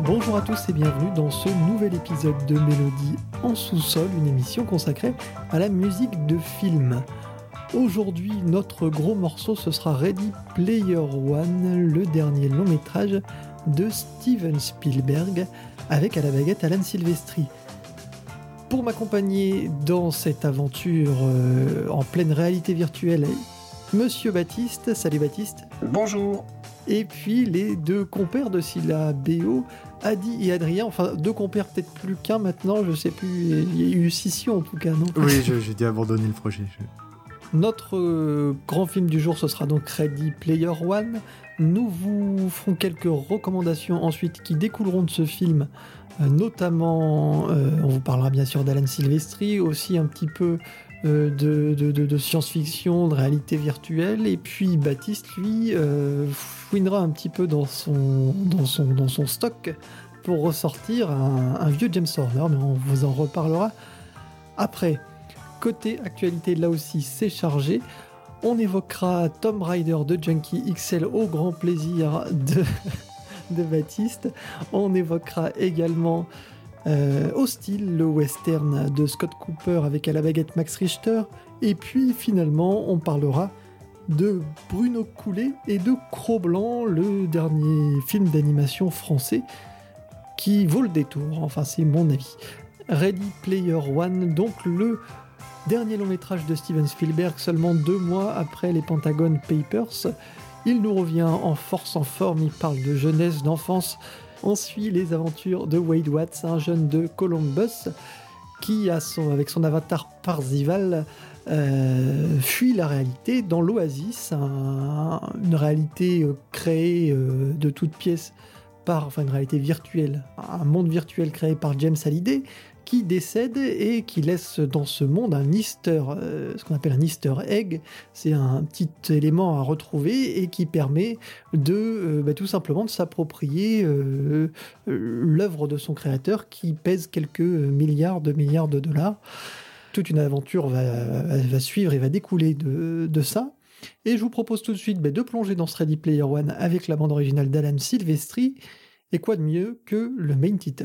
Bonjour à tous et bienvenue dans ce nouvel épisode de Mélodie en sous-sol, une émission consacrée à la musique de film. Aujourd'hui, notre gros morceau, ce sera Ready Player One, le dernier long métrage de Steven Spielberg, avec à la baguette Alan Silvestri. Pour m'accompagner dans cette aventure en pleine réalité virtuelle, Monsieur Baptiste. Salut Baptiste. Bonjour. Et puis les deux compères de Scylla BO, Adi et Adrien, enfin deux compères, peut-être plus qu'un maintenant, je sais plus, il y a eu scission en tout cas, non ? Oui, j'ai dû abandonner le projet. Notre grand film du jour, ce sera donc Ready Player One. Nous vous ferons quelques recommandations ensuite qui découleront de ce film, notamment, on vous parlera bien sûr d'Alan Silvestri, aussi un petit peu de science-fiction, de réalité virtuelle, et puis Baptiste, lui, fouinera un petit peu dans son stock pour ressortir un vieux James Horner, mais on vous en reparlera après. Côté actualité, là aussi, c'est chargé. On évoquera Tomb Raider de Junkie XL au grand plaisir de Baptiste. On évoquera également Hostile, le western de Scott Cooper avec à la baguette Max Richter. Et puis finalement, on parlera de Bruno Coulet et de Cro-Blanc, le dernier film d'animation français qui vaut le détour. Enfin, c'est mon avis. Ready Player One, donc le dernier long métrage de Steven Spielberg, seulement 2 mois après les Pentagon Papers. Il nous revient en force, en forme, il parle de jeunesse, d'enfance. On suit les aventures de Wade Watts, un jeune de Columbus, qui, avec son avatar Parzival, fuit la réalité dans l'Oasis, une réalité créée de toutes pièces une réalité virtuelle, un monde virtuel créé par James Hallyday, qui décède et qui laisse dans ce monde un ce qu'on appelle un Easter egg. C'est un petit élément à retrouver et qui permet de tout simplement de s'approprier l'œuvre de son créateur qui pèse quelques milliards de dollars. Toute une aventure va suivre et va découler de ça. Et je vous propose tout de suite de plonger dans ce Ready Player One avec la bande originale d'Alan Silvestri. Et quoi de mieux que le main title ?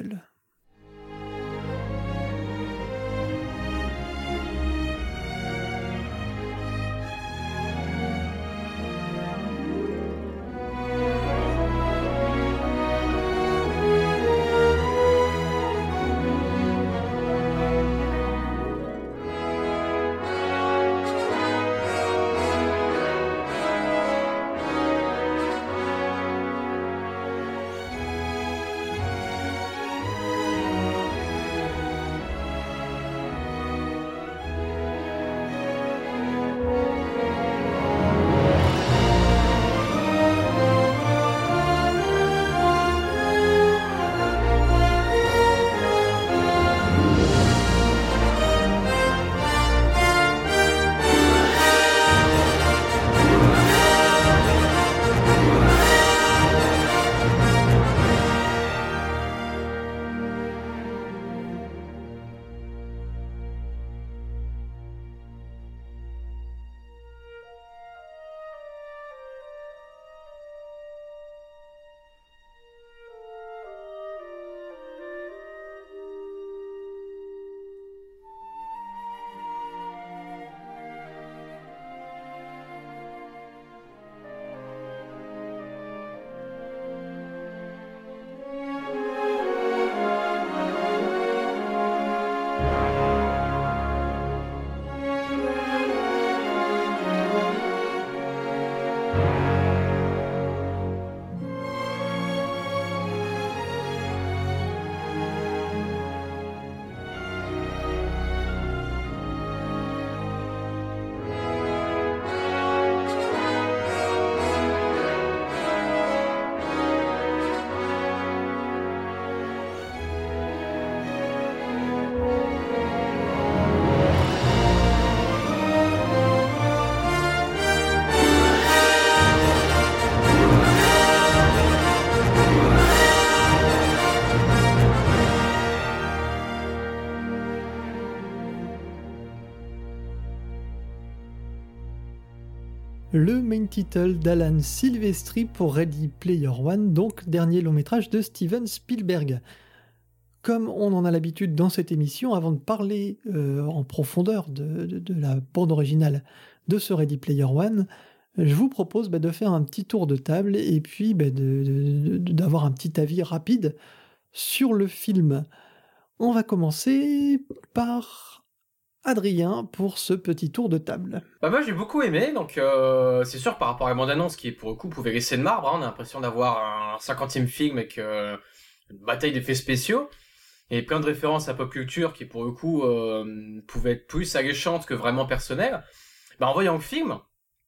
le main title d'Alan Silvestri pour Ready Player One, donc dernier long métrage de Steven Spielberg. Comme on en a l'habitude dans cette émission, avant de parler en profondeur de la bande originale de ce Ready Player One, je vous propose de faire un petit tour de table et puis d'avoir un petit avis rapide sur le film. On va commencer par Adrien pour ce petit tour de table. Moi j'ai beaucoup aimé, donc c'est sûr par rapport à la bande-annonce qui pour le coup pouvait laisser de marbre, on a l'impression d'avoir un 50e film avec une bataille d'effets spéciaux et plein de références à pop culture qui pour le coup pouvaient être plus alléchantes que vraiment personnelles. En voyant le film,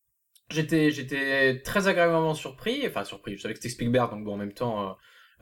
j'étais très agréablement surpris, je savais que c'était Spielberg, donc bon, en même temps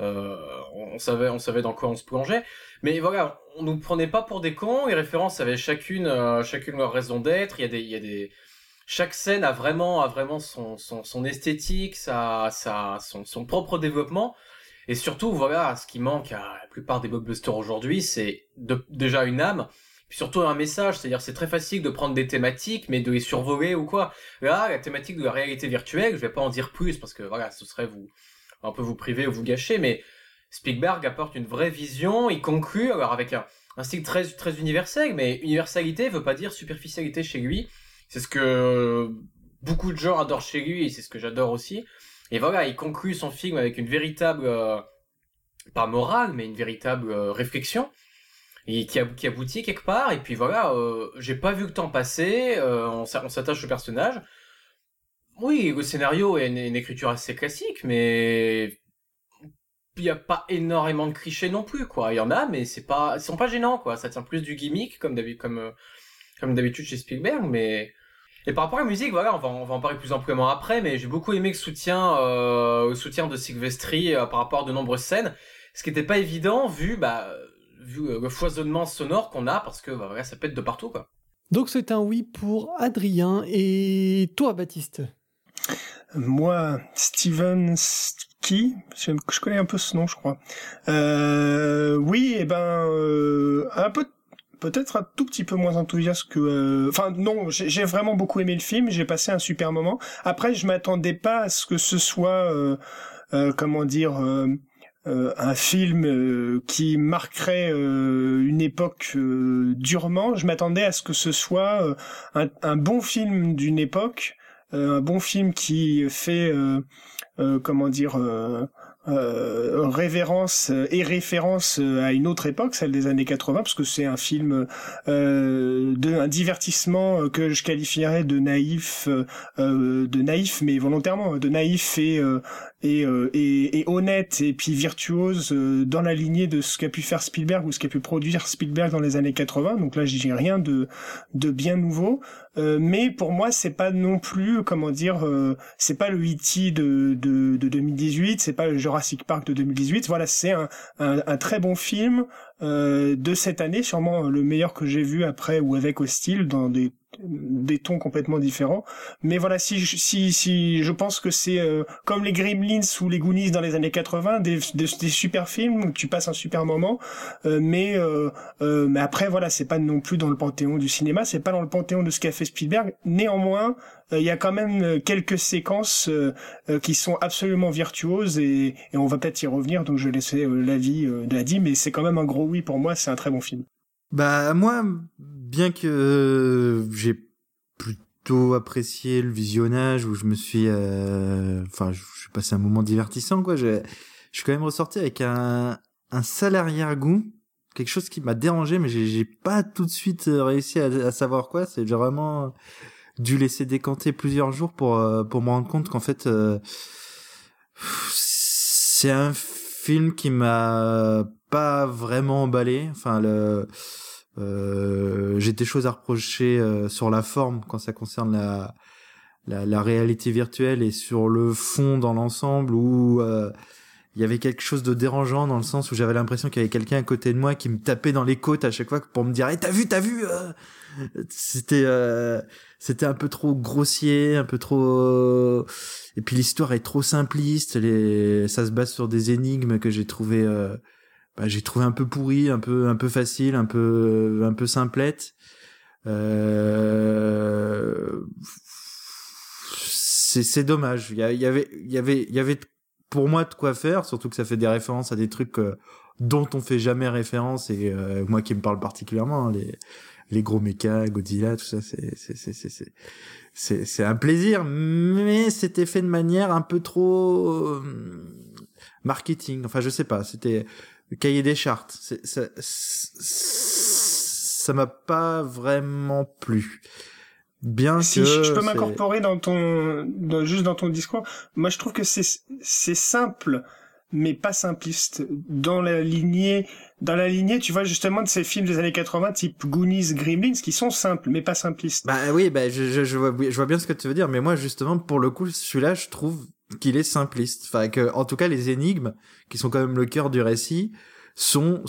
on savait dans quoi on se plongeait, mais voilà, on nous prenait pas pour des cons, les références avaient chacune leur raison d'être, chaque scène a vraiment son esthétique, son propre développement, et surtout voilà, ce qui manque à la plupart des blockbusters aujourd'hui, c'est déjà une âme, puis surtout un message, c'est-à-dire c'est très facile de prendre des thématiques mais de les survoler ou quoi. Là, la thématique de la réalité virtuelle, je vais pas en dire plus parce que voilà, ce serait un peu vous priver ou vous gâcher, mais Spielberg apporte une vraie vision, il conclut alors avec un style très très universel, mais universalité veut pas dire superficialité chez lui. C'est ce que beaucoup de gens adorent chez lui et c'est ce que j'adore aussi. Et voilà, il conclut son film avec une véritable pas morale, mais une véritable réflexion et qui aboutit quelque part. Et puis voilà, j'ai pas vu le temps passer, on s'attache au personnage. Oui, le scénario est une écriture assez classique, mais il y a pas énormément de clichés non plus, quoi. Il y en a, mais ils sont pas gênants, quoi. Ça tient plus du gimmick, comme d'habitude chez Spielberg, mais... Et par rapport à la musique, voilà, on va en parler plus amplement après, mais j'ai beaucoup aimé le soutien de Silvestri par rapport à de nombreuses scènes, ce qui était pas évident vu le foisonnement sonore qu'on a, parce que voilà, ça pète de partout, quoi. Donc c'est un oui pour Adrien, et toi Baptiste? Moi, Steven je connais un peu ce nom, je crois. Oui, un peu, peut-être un tout petit peu moins enthousiaste que... non, j'ai vraiment beaucoup aimé le film, j'ai passé un super moment. Après, je m'attendais pas à ce que ce soit, un film qui marquerait une époque durement. Je m'attendais à ce que ce soit un bon film d'une époque, un bon film qui fait révérence et référence à une autre époque, celle des années 80, parce que c'est un film un divertissement que je qualifierais de naïf, mais volontairement, de naïf et honnête et puis virtuose dans la lignée de ce qu'a pu faire Spielberg ou ce qu'a pu produire Spielberg dans les années 80. Donc là, je dis rien de bien nouveau. Mais pour moi, c'est pas non plus, c'est pas le E.T. de 2018, c'est pas le Jurassic Park de 2018. Voilà, c'est un très bon film de cette année, sûrement le meilleur que j'ai vu après ou avec Hostile, dans des tons complètement différents. Mais voilà, si je pense que c'est comme les Gremlins ou les Goonies dans les années 80, des super films où tu passes un super moment, mais après voilà, c'est pas non plus dans le panthéon du cinéma, c'est pas dans le panthéon de ce qu'a fait Spielberg. Néanmoins, il y a quand même quelques séquences qui sont absolument virtuoses et on va peut-être y revenir, donc je vais laisser l'avis d'Adi, mais c'est quand même un gros oui pour moi, c'est un très bon film. Moi, bien que j'ai plutôt apprécié le visionnage, où je me suis j'ai passé un moment divertissant, quoi, je suis quand même ressorti avec un sale arrière-goût, quelque chose qui m'a dérangé, mais j'ai pas tout de suite réussi à savoir quoi. C'est vraiment dû laisser décanter plusieurs jours pour me rendre compte qu'en fait c'est un film qui m'a pas vraiment emballé. J'ai des choses à reprocher sur la forme quand ça concerne la réalité virtuelle, et sur le fond dans l'ensemble où il y avait quelque chose de dérangeant, dans le sens où j'avais l'impression qu'il y avait quelqu'un à côté de moi qui me tapait dans les côtes à chaque fois pour me dire hey, t'as vu c'était un peu trop grossier, un peu trop et puis l'histoire est trop simpliste, ça se base sur des énigmes que j'ai trouvé un peu pourries, un peu faciles, un peu simplettes. c'est dommage. Il y avait pour moi de quoi faire, surtout que ça fait des références à des trucs dont on fait jamais référence, et moi qui me parle particulièrement, hein, les gros mechas, Godzilla, tout ça, c'est un plaisir, mais c'était fait de manière un peu trop marketing. Enfin, je sais pas, c'était cahier des chartes. Ça m'a pas vraiment plu. Bien si que je peux m'incorporer juste dans ton discours, moi je trouve que c'est simple, mais pas simpliste. Dans la lignée, tu vois, justement, de ces films des années 80, type Goonies, Gremlins, qui sont simples, mais pas simplistes. Bah oui, je vois bien ce que tu veux dire, mais moi, justement, pour le coup, celui-là, je trouve qu'il est simpliste. Enfin, que, en tout cas, les énigmes, qui sont quand même le cœur du récit, sont,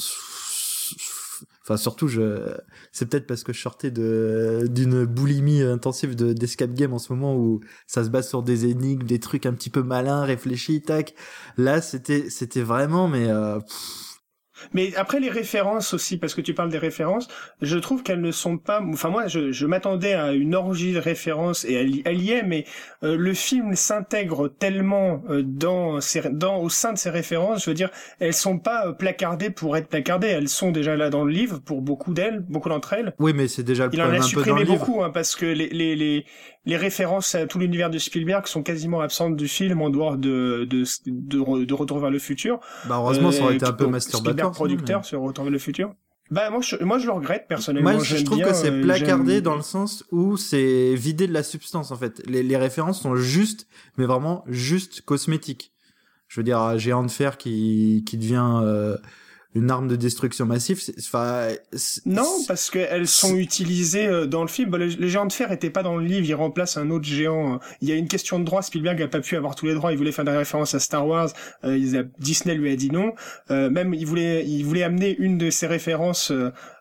enfin, surtout, c'est peut-être parce que je sortais d'une boulimie intensive d'escape game en ce moment, où ça se base sur des énigmes, des trucs un petit peu malins, réfléchis, tac. Là, c'était vraiment, Mais après les références aussi, parce que tu parles des références, je trouve qu'elles ne sont pas... Enfin moi, je m'attendais à une orgie de références, et elle y est, mais le film s'intègre tellement au sein de ces références, je veux dire, elles sont pas placardées pour être placardées, elles sont déjà là dans le livre, pour beaucoup d'entre elles. Oui, mais c'est déjà le problème un peu dans le livre. Il en a supprimé beaucoup, hein, parce que les références à tout l'univers de Spielberg sont quasiment absentes du film, en dehors de Retour vers le futur. Bah heureusement, ça aurait été un peu masturbateur. Producteur sur Retour vers le futur. Bah moi je le regrette personnellement. Moi je trouve que c'est placardé dans le sens où c'est vidé de la substance en fait. Les références sont juste, mais vraiment juste cosmétiques. Je veux dire, Géant de fer qui devient une arme de destruction massive. Non, parce qu'elles sont utilisées dans le film. Les géants de fer étaient pas dans le livre, ils remplacent un autre géant. Il y a une question de droit, Spielberg a pas pu avoir tous les droits, il voulait faire des références à Star Wars, Disney lui a dit non. Même il voulait amener une de ses références,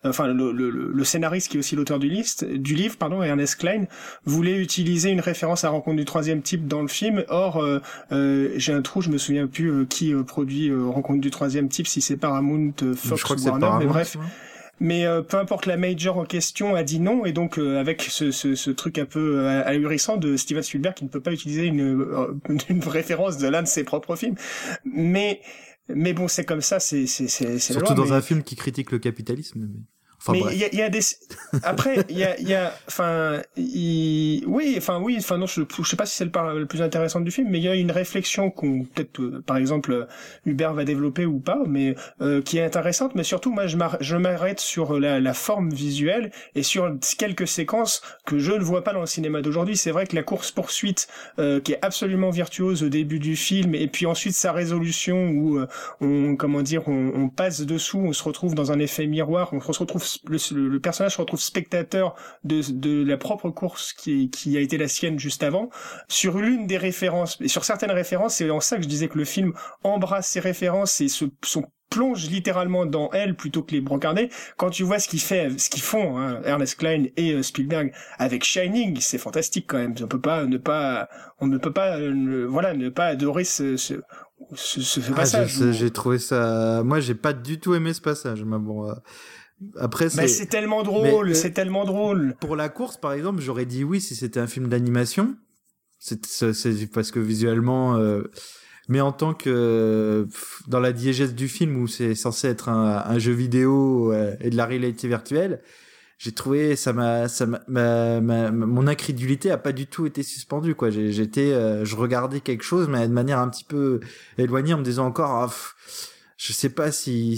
le scénariste qui est aussi l'auteur du livre, Ernest Cline, voulait utiliser une référence à Rencontre du troisième type dans le film. Or, j'ai un trou, je me souviens plus qui produit Rencontre du troisième type, si c'est Paramount, Fox ou Warner, mais bref. Ouais. Mais peu importe, la major en question a dit non, et donc avec ce truc un peu ahurissant de Steven Spielberg qui ne peut pas utiliser une référence de l'un de ses propres films. Mais bon, c'est comme ça, c'est surtout dans un film qui critique le capitalisme. Enfin, mais il y a des après il y a non, je sais pas si c'est le plus intéressant du film, mais il y a une réflexion qu'on peut-être par exemple Hubert va développer ou pas, mais qui est intéressante. Mais surtout moi je m'arrête sur la forme visuelle et sur quelques séquences que je ne vois pas dans le cinéma d'aujourd'hui. C'est vrai que la course poursuite qui est absolument virtuose au début du film, et puis ensuite sa résolution où on passe dessous, on se retrouve dans un effet miroir, on se retrouve le personnage se retrouve spectateur de la propre course qui a été la sienne juste avant, sur l'une des références, et sur certaines références. C'est en ça que je disais que le film embrasse ses références et plonge littéralement dans elle plutôt que les brancarder. Quand tu vois ce qu'ils font, hein, Ernest Cline et Spielberg avec Shining, c'est fantastique quand même. On ne peut pas adorer ce passage. J'ai trouvé ça, moi j'ai pas du tout aimé ce passage, mais bon. Après, c'est tellement drôle, c'est tellement drôle. Pour la course, par exemple, j'aurais dit oui si c'était un film d'animation. C'est parce que visuellement, mais en tant que dans la diégèse du film où c'est censé être un jeu vidéo et de la réalité virtuelle, j'ai trouvé mon incrédulité a pas du tout été suspendue, quoi. Je regardais quelque chose, mais de manière un petit peu éloignée, en me disant encore, je sais pas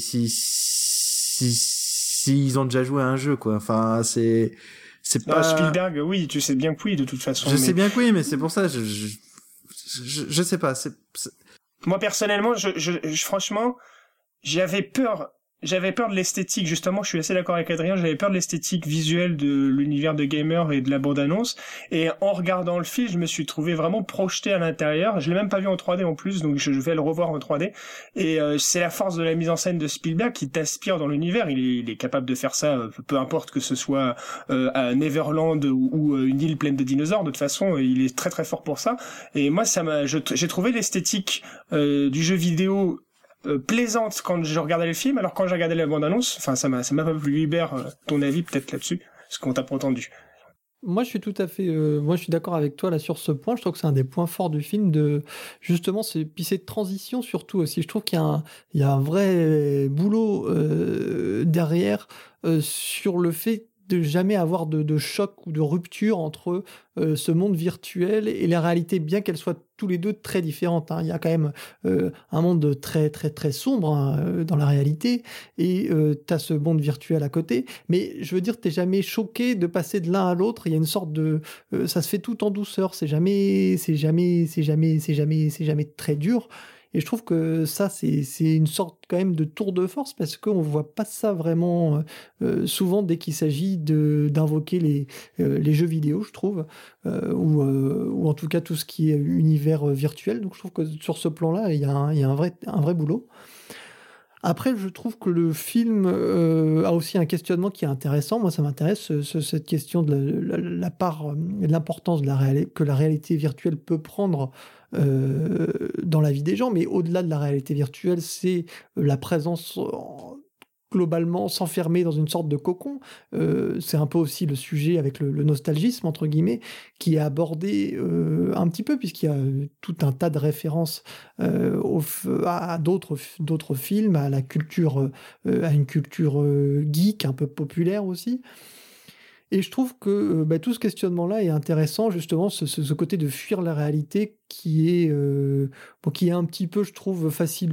s'ils ont déjà joué à un jeu, quoi. Enfin, c'est pas... Spielberg, oui, tu sais bien que oui, de toute façon. Je sais bien que oui, mais c'est pour ça, je sais pas. Moi, personnellement, franchement, j'avais peur de l'esthétique, justement. Je suis assez d'accord avec Adrien, j'avais peur de l'esthétique visuelle de l'univers de gamer et de la bande-annonce. Et en regardant le film, je me suis trouvé vraiment projeté à l'intérieur. Je l'ai même pas vu en 3D en plus, donc je vais le revoir en 3D. Et c'est la force de la mise en scène de Spielberg qui t'aspire dans l'univers. Il est capable de faire ça, peu importe que ce soit à Neverland ou une île pleine de dinosaures. De toute façon, il est très très fort pour ça. Et moi, j'ai trouvé l'esthétique du jeu vidéo plaisante quand je regardais le film, alors quand j'ai regardé la bande-annonce, enfin ça m'a pas plu. Hubert, ton avis peut-être là-dessus, ce qu'on t'a pas entendu. Moi, je suis tout à fait, moi, je suis d'accord avec toi là sur ce point. Je trouve que c'est un des points forts du film de justement, puis cette transition surtout aussi. Je trouve il y a un vrai boulot derrière sur le fait de jamais avoir de choc ou de rupture entre ce monde virtuel et la réalité, bien qu'elles soient tous les deux très différentes, hein. Il y a quand même un monde très très très sombre, hein, dans la réalité, et tu as ce monde virtuel à côté. Mais je veux dire, t'es jamais choqué de passer de l'un à l'autre. Il y a une sorte de, ça se fait tout en douceur. C'est jamais très dur. Et je trouve que ça, c'est une sorte quand même de tour de force parce qu'on voit pas ça vraiment souvent dès qu'il s'agit d'invoquer les jeux vidéo, je trouve, ou en tout cas tout ce qui est univers virtuel. Donc je trouve que sur ce plan-là, il y a un vrai boulot. Après, je trouve que le film a aussi un questionnement qui est intéressant. Moi, ça m'intéresse, cette question de la part, de l'importance que la réalité virtuelle peut prendre dans la vie des gens. Mais au-delà de la réalité virtuelle, c'est la présence globalement s'enfermer dans une sorte de cocon. C'est un peu aussi le sujet avec le nostalgisme, entre guillemets, qui est abordé un petit peu, puisqu'il y a tout un tas de références à d'autres films, à la culture, à une culture geek, un peu populaire aussi. Et je trouve que tout ce questionnement-là est intéressant, justement, ce côté de fuir la réalité qui est un petit peu, je trouve,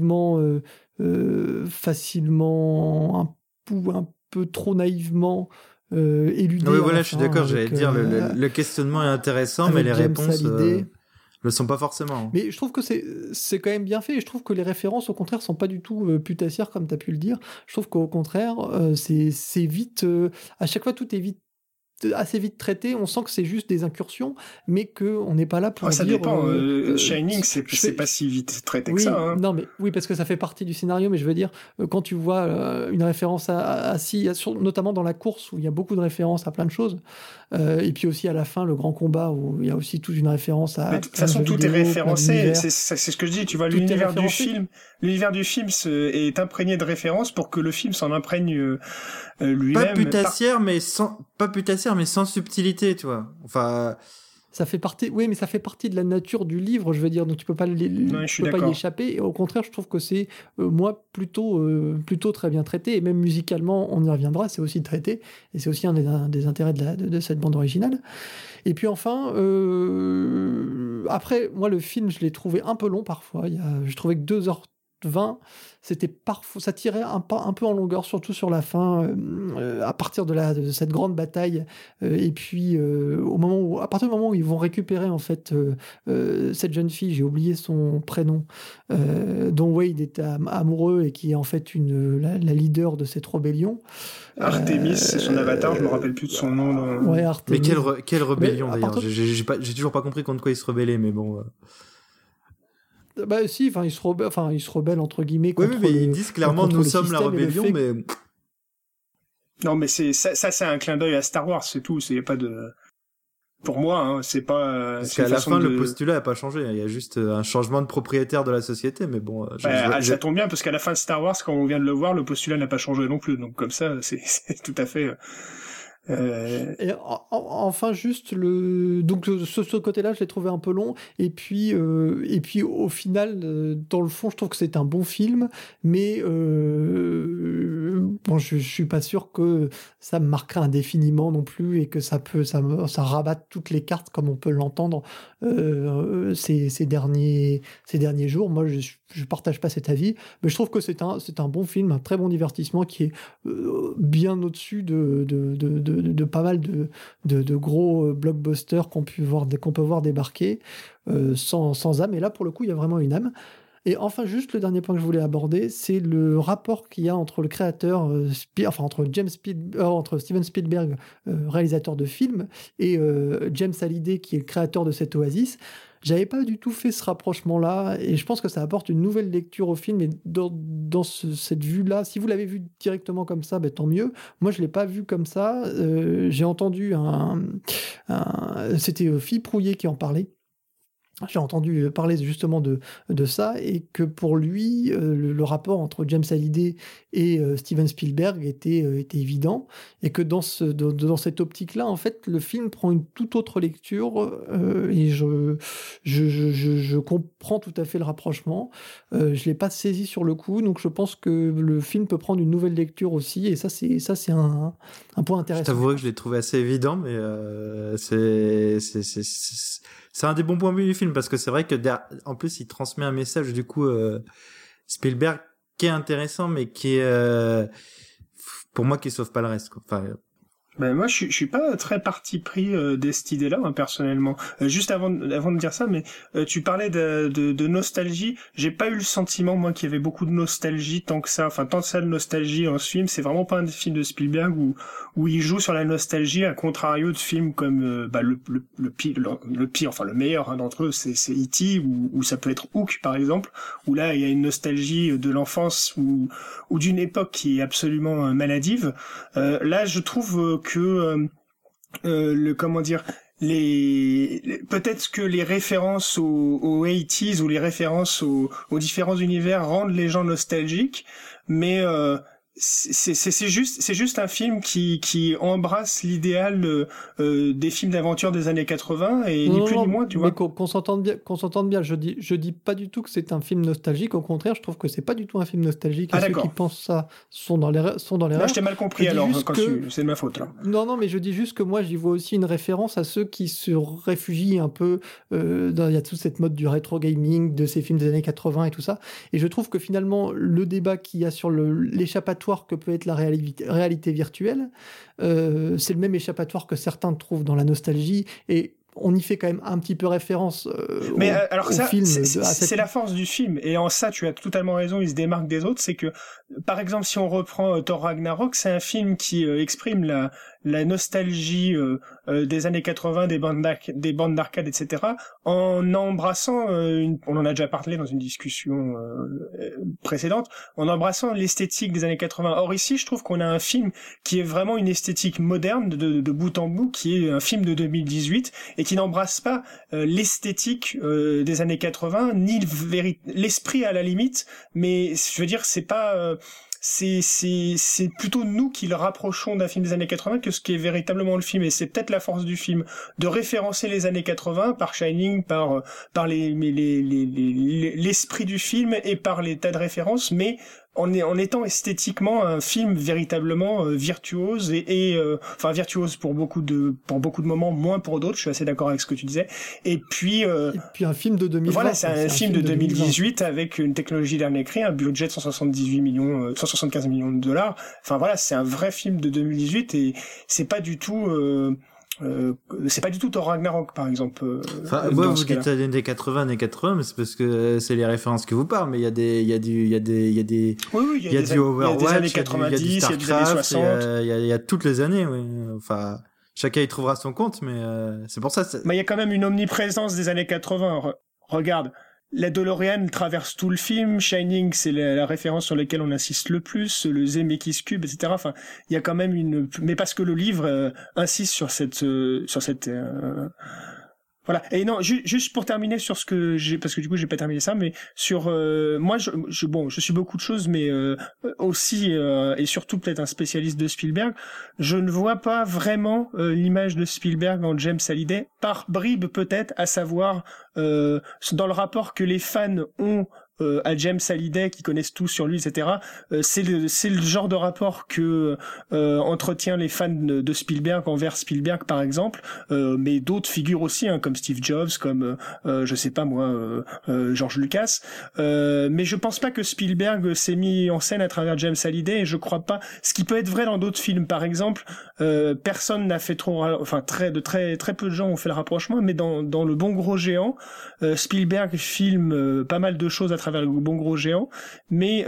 facilement, un peu trop naïvement éludé Oui, à voilà, la je suis fin d'accord. J'allais avec, dire, le questionnement est intéressant, mais avec les James réponses Hallyday. le sont pas forcément, hein. Mais je trouve que c'est quand même bien fait, et je trouve que les références, au contraire, sont pas du tout putassières, comme tu as pu le dire. Je trouve qu'au contraire, c'est vite... à chaque fois, tout est assez vite traité. On sent que c'est juste des incursions, mais qu'on n'est pas là pour Ça dire... dépend. Shining, c'est fais- pas si vite traité que Oui, ça. Hein. non, mais oui, parce que ça fait partie du scénario, mais je veux dire, quand tu vois une référence notamment dans la course, où il y a beaucoup de références à plein de choses, et puis aussi à la fin, le grand combat, où il y a aussi toute une référence à Mais de toute plein de façon, jeux tout est vidéo, plein référencé. d'univers. C'est ce que je dis. Tu vois, Tout est l'univers du référencé. film, est imprégné de références pour que le film s'en imprègne Pas lui-même. putassière, mais sans subtilité, tu vois. Enfin, Ça fait partie, oui, mais ça fait partie de la nature du livre, je veux dire, donc tu peux pas, Ouais, je tu suis peux pas y d'accord. échapper. Et au contraire, je trouve que c'est, moi, plutôt très bien traité. Et même musicalement, on y reviendra, c'est aussi traité. Et c'est aussi un des intérêts de cette bande originale. Et puis enfin, après, moi, le film, je l'ai trouvé un peu long parfois. Je trouvais que 2h20, c'était parfois, ça tirait un peu en longueur, surtout sur la fin, à partir de cette grande bataille. Et puis, à partir du moment où ils vont récupérer en fait cette jeune fille, j'ai oublié son prénom, dont Wade est amoureux et qui est en fait la leader de cette rébellion. Artemis, c'est son avatar. Je me rappelle plus de son nom. Ouais, mais Artemis. quelle rébellion Mais à d'ailleurs. partir- J'ai toujours pas compris contre quoi ils se rebellaient, mais bon. Bah si, ils se rebellent entre guillemets Oui, contre mais ils disent clairement contre nous le sommes la système et le rébellion, fait mais Non, mais c'est c'est un clin d'œil à Star Wars, c'est tout. C'est pas de. Pour moi, hein, c'est pas. parce c'est une qu'à la façon fin, de... le postulat n'a pas changé. Il y a juste un changement de propriétaire de la société, mais bon. Ça tombe bien parce qu'à la fin de Star Wars, quand on vient de le voir, le postulat n'a pas changé non plus. Donc comme ça, c'est tout à fait. Et enfin juste donc ce côté-là, je l'ai trouvé un peu long. Et puis au final, dans le fond, je trouve que c'est un bon film, mais bon, je suis pas sûr que ça me marquera indéfiniment non plus et que ça rabatte toutes les cartes comme on peut l'entendre ces derniers jours. Moi, je partage pas cet avis, mais je trouve que c'est un bon film, un très bon divertissement qui est bien au-dessus de pas mal de gros blockbusters qu'on peut voir débarquer sans âme. Et là, pour le coup, il y a vraiment une âme. Et enfin, juste le dernier point que je voulais aborder, c'est le rapport qu'il y a entre le créateur, entre Steven Spielberg, réalisateur de films, et James Hallyday, qui est le créateur de cet Oasis. J'avais pas du tout fait ce rapprochement-là, et je pense que ça apporte une nouvelle lecture au film. Et dans cette vue-là, si vous l'avez vu directement comme ça, tant mieux. Moi, je l'ai pas vu comme ça. J'ai entendu c'était Philippe Rouillet qui en parlait. j'ai entendu parler justement de ça, et que pour lui, le rapport entre James Hallyday et Steven Spielberg était évident, et que dans cette optique-là, en fait, le film prend une toute autre lecture, et je comprends tout à fait le rapprochement. Je l'ai pas saisi sur le coup, donc je pense que le film peut prendre une nouvelle lecture aussi, et ça c'est un point Je intéressant. t'avouerai que je l'ai trouvé assez évident, mais c'est un des bons points de vue du film, parce que c'est vrai que en plus il transmet un message du coup Spielberg qui est intéressant, mais qui est pour moi qui sauve pas le reste, quoi. Enfin, Ben moi, je suis pas très parti pris de cette idée-là, hein, personnellement. Juste avant de dire ça, mais tu parlais de nostalgie. J'ai pas eu le sentiment, moi, qu'il y avait beaucoup de nostalgie tant que ça. Enfin, tant que ça de nostalgie dans ce film. C'est vraiment pas un film de Spielberg où il joue sur la nostalgie, à contrario de films comme le pire, enfin le meilleur d'entre eux, c'est E.T. ou ça peut être Hook, par exemple, où là il y a une nostalgie de l'enfance ou d'une époque qui est absolument maladive. Là, je trouve que comment dire, peut-être que les références aux 80s ou les références aux différents univers rendent les gens nostalgiques, mais c'est juste un film qui embrasse l'idéal des films d'aventure des années 80 et ni plus ni moins, tu vois. Mais qu'on s'entende bien. Je dis pas du tout que c'est un film nostalgique. Au contraire, je trouve que c'est pas du tout un film nostalgique. Et ceux qui pensent ça sont dans l'erreur. Je t'ai mal compris alors. C'est de ma faute là. Non, mais je dis juste que moi, j'y vois aussi une référence à ceux qui se réfugient un peu. Il y a toute cette mode du rétro gaming, de ces films des années 80 et tout ça. Et je trouve que finalement, le débat qu'il y a sur l'échappatoire que peut être la réalité virtuelle, c'est le même échappatoire que certains trouvent dans la nostalgie, et on y fait quand même un petit peu référence au film. C'est la force du film, et en ça tu as totalement raison, il se démarque des autres. C'est que, par exemple, si on reprend Thor Ragnarok, c'est un film qui exprime la nostalgie des années 80, des bandes d'arcade, etc., en embrassant, on en a déjà parlé dans une discussion précédente, en embrassant l'esthétique des années 80. Or ici, je trouve qu'on a un film qui est vraiment une esthétique moderne de bout en bout, qui est un film de 2018, et qui n'embrasse pas l'esthétique des années 80, ni l'esprit à la limite, mais je veux dire, c'est pas... c'est plutôt nous qui le rapprochons d'un film des années 80 que ce qui est véritablement le film, et c'est peut-être la force du film de référencer les années 80 par Shining, par l'esprit du film et par les tas de références, mais en étant esthétiquement un film véritablement virtuose enfin virtuose pour beaucoup de moments, moins pour d'autres. Je suis assez d'accord avec ce que tu disais. Et puis un film de 2020. Voilà, c'est un film de 2018 avec une technologie dernier cri, un budget de 175 millions de dollars. Enfin voilà, c'est un vrai film de 2018, et c'est pas du tout Thor Ragnarok, par exemple. Enfin, moi, vous dites années 80, mais c'est parce que c'est les références que vous parlez, mais il y a des oui, il y a du Overwatch, il y a des années 90, il y a des années 60. Il y a toutes les années, oui. Enfin, chacun y trouvera son compte, mais c'est pour ça. Mais il y a quand même une omniprésence des années 80. Regarde. La DeLorean traverse tout le film. Shining, c'est la référence sur laquelle on insiste le plus. Le Zemeckis Cube, etc. Enfin, il y a quand même mais parce que le livre insiste sur cette voilà. Et non, juste pour terminer sur ce que j'ai, parce que du coup j'ai pas terminé ça, mais sur moi je suis beaucoup de choses, mais aussi et surtout peut-être un spécialiste de Spielberg. Je ne vois pas vraiment l'image de Spielberg en James Hallyday, par bribes peut-être, à savoir dans le rapport que les fans ont à James Hallyday, qui connaissent tout sur lui, etc. C'est le genre de rapport que entretient les fans de Spielberg envers Spielberg, par exemple, mais d'autres figures aussi, hein, comme Steve Jobs, comme je sais pas moi, George Lucas. Mais je pense pas que Spielberg s'est mis en scène à travers James Hallyday, et je crois pas. Ce qui peut être vrai dans d'autres films, par exemple, personne n'a fait très peu de gens ont fait le rapprochement, mais dans Le Bon Gros Géant, Spielberg filme pas mal de choses à travers Le Bon Gros Géant, mais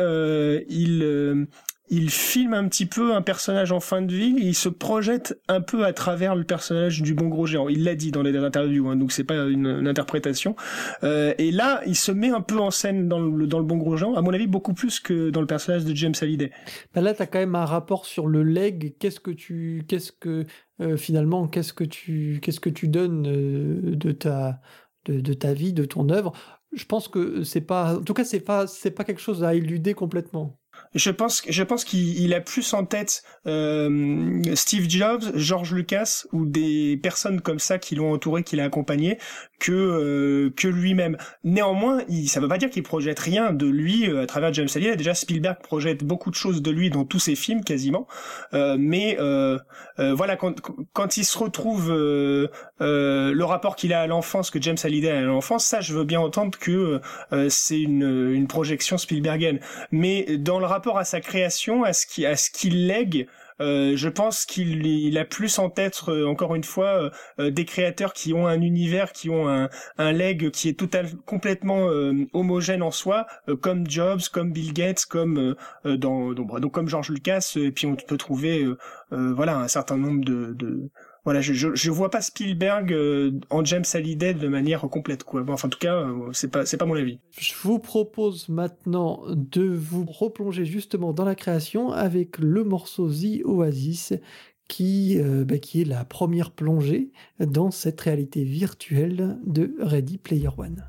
il filme un petit peu un personnage en fin de vie, et il se projette un peu à travers le personnage du Bon Gros Géant. Il l'a dit dans les interviews, hein, donc c'est pas une interprétation. Et là, il se met un peu en scène dans le Bon Gros Géant, à mon avis beaucoup plus que dans le personnage de James Hallyday. Ben là, t'as quand même un rapport sur le leg. Finalement, qu'est-ce que tu donnes de ta vie, de ton œuvre. Je pense que c'est pas, en tout cas, c'est pas quelque chose à éluder complètement. Je pense qu'il a plus en tête Steve Jobs, George Lucas ou des personnes comme ça qui l'ont entouré, qui l'ont accompagné, que lui-même. Néanmoins, ça veut pas dire qu'il projette rien de lui à travers James Hallyday. Déjà, Spielberg projette beaucoup de choses de lui dans tous ses films quasiment, mais voilà, quand il se retrouve le rapport qu'il a à l'enfance, que James Hallyday a à l'enfance, ça, je veux bien entendre que c'est une projection Spielbergienne. Mais dans le rapport à sa création, à ce qu'il lègue, je pense qu'il a plus en tête, encore une fois, des créateurs qui ont un univers, qui ont un legs qui est complètement homogène en soi, comme Jobs, comme Bill Gates, comme donc comme George Lucas, et puis on peut trouver voilà un certain nombre de voilà, je vois pas Spielberg en James Hallyday de manière complète, quoi. Bon, enfin, en tout cas, c'est pas mon avis. Je vous propose maintenant de vous replonger justement dans la création avec le morceau The Oasis qui est la première plongée dans cette réalité virtuelle de Ready Player One.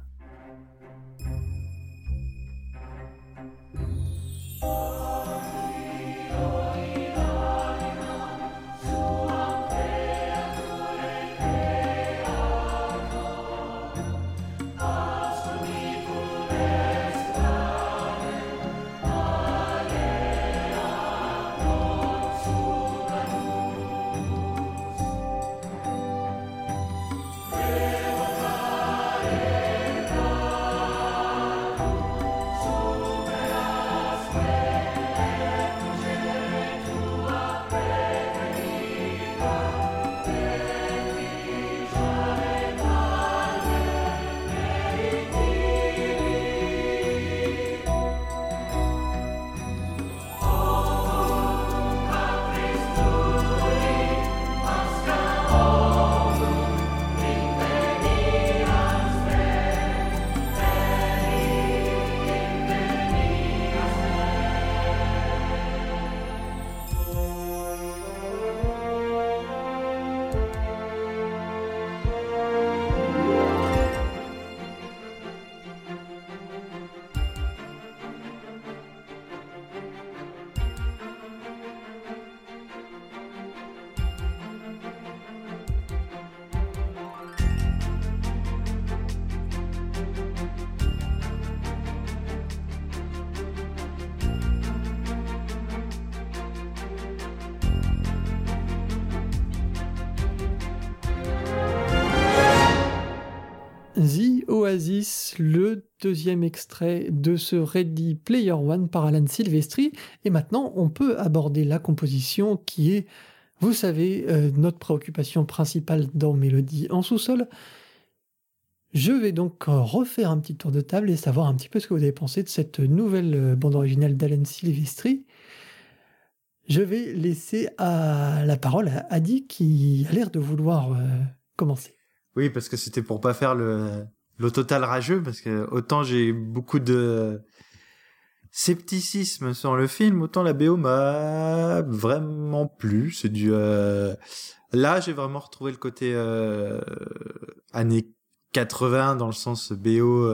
The Oasis, le deuxième extrait de ce Ready Player One par Alan Silvestri. Et maintenant, on peut aborder la composition qui est, vous savez, notre préoccupation principale dans Mélodie en sous-sol. Je vais donc refaire un petit tour de table et savoir un petit peu ce que vous avez pensé de cette nouvelle bande originale d'Alan Silvestri. Je vais laisser la parole à Adi qui a l'air de vouloir commencer. Oui, parce que c'était pour pas faire le total rageux, parce que autant j'ai beaucoup de scepticisme sur le film, autant la BO m'a vraiment plu. C'est du là, j'ai vraiment retrouvé le côté années 80 dans le sens BO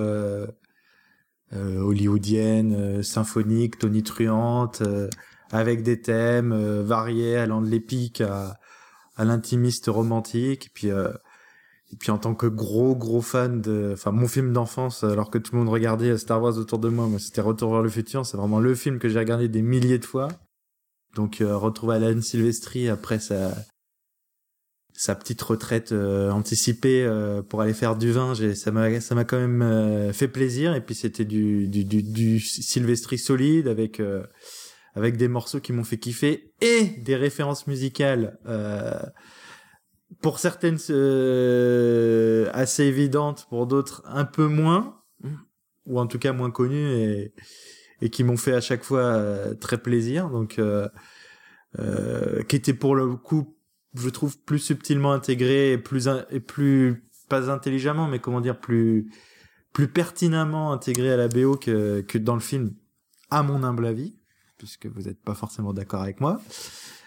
hollywoodienne, symphonique, tonitruante, avec des thèmes variés allant de l'épique à l'intimiste romantique, et puis en tant que gros fan mon film d'enfance, alors que tout le monde regardait Star Wars autour de moi, c'était Retour vers le futur, c'est vraiment le film que j'ai regardé des milliers de fois. Donc retrouver Alan Silvestri après sa petite retraite anticipée pour aller faire du vin, ça m'a quand même fait plaisir. Et puis c'était du Silvestri solide avec des morceaux qui m'ont fait kiffer et des références musicales pour certaines assez évidentes, pour d'autres un peu moins, ou en tout cas moins connues, et qui m'ont fait à chaque fois très plaisir. Donc qui était pour le coup, je trouve, plus subtilement intégré et plus pas intelligemment, mais comment dire, plus pertinemment intégré à la BO que dans le film, à mon humble avis, puisque vous n'êtes pas forcément d'accord avec moi.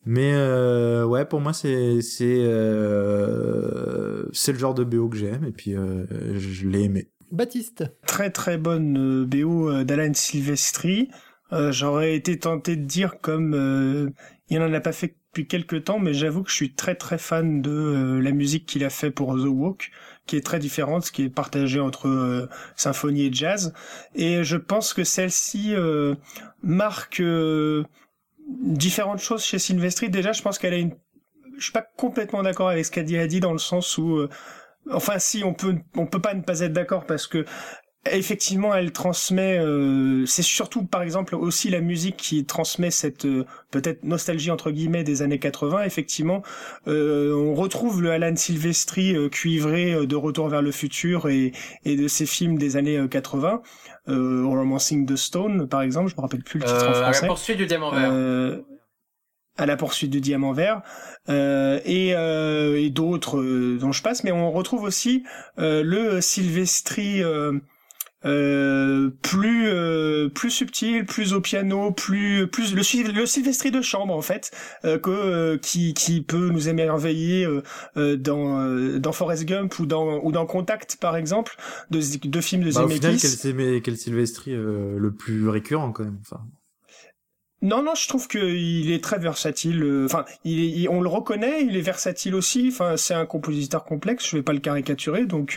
Mais ouais, pour moi c'est le genre de BO que j'aime et puis je l'ai aimé. Baptiste. Très très bonne BO d'Alan Silvestri. J'aurais été tenté de dire comme il n'en a pas fait depuis quelques temps, mais j'avoue que je suis très très fan de la musique qu'il a fait pour The Walk, qui est très différente, qui est partagée entre symphonie et jazz. Et je pense que celle-ci marque différentes choses chez Silvestri. Déjà, je pense qu'elle a une... Je suis pas complètement d'accord avec ce qu'Adi a dit dans le sens où... Enfin, si, on peut pas ne pas être d'accord parce que effectivement, elle transmet. C'est surtout, par exemple, aussi la musique qui transmet cette peut-être nostalgie entre guillemets des années 80. Effectivement, on retrouve le Alan Silvestri cuivré de Retour vers le futur et de ses films des années 80. Romancing the Stone, par exemple, je me rappelle plus le titre en français. À la poursuite du diamant vert. À la poursuite du diamant vert et d'autres dont je passe, mais on retrouve aussi le Silvestri plus subtil, plus au piano, plus le Silvestri de chambre en fait qui peut nous émerveiller dans Forrest Gump ou dans Contact par exemple, deux films de Zemeckis. Au final, quel Silvestri le plus récurrent quand même. Enfin. Non, je trouve qu'il est très versatile. Enfin, on le reconnaît, il est versatile aussi. Enfin, c'est un compositeur complexe. Je vais pas le caricaturer, donc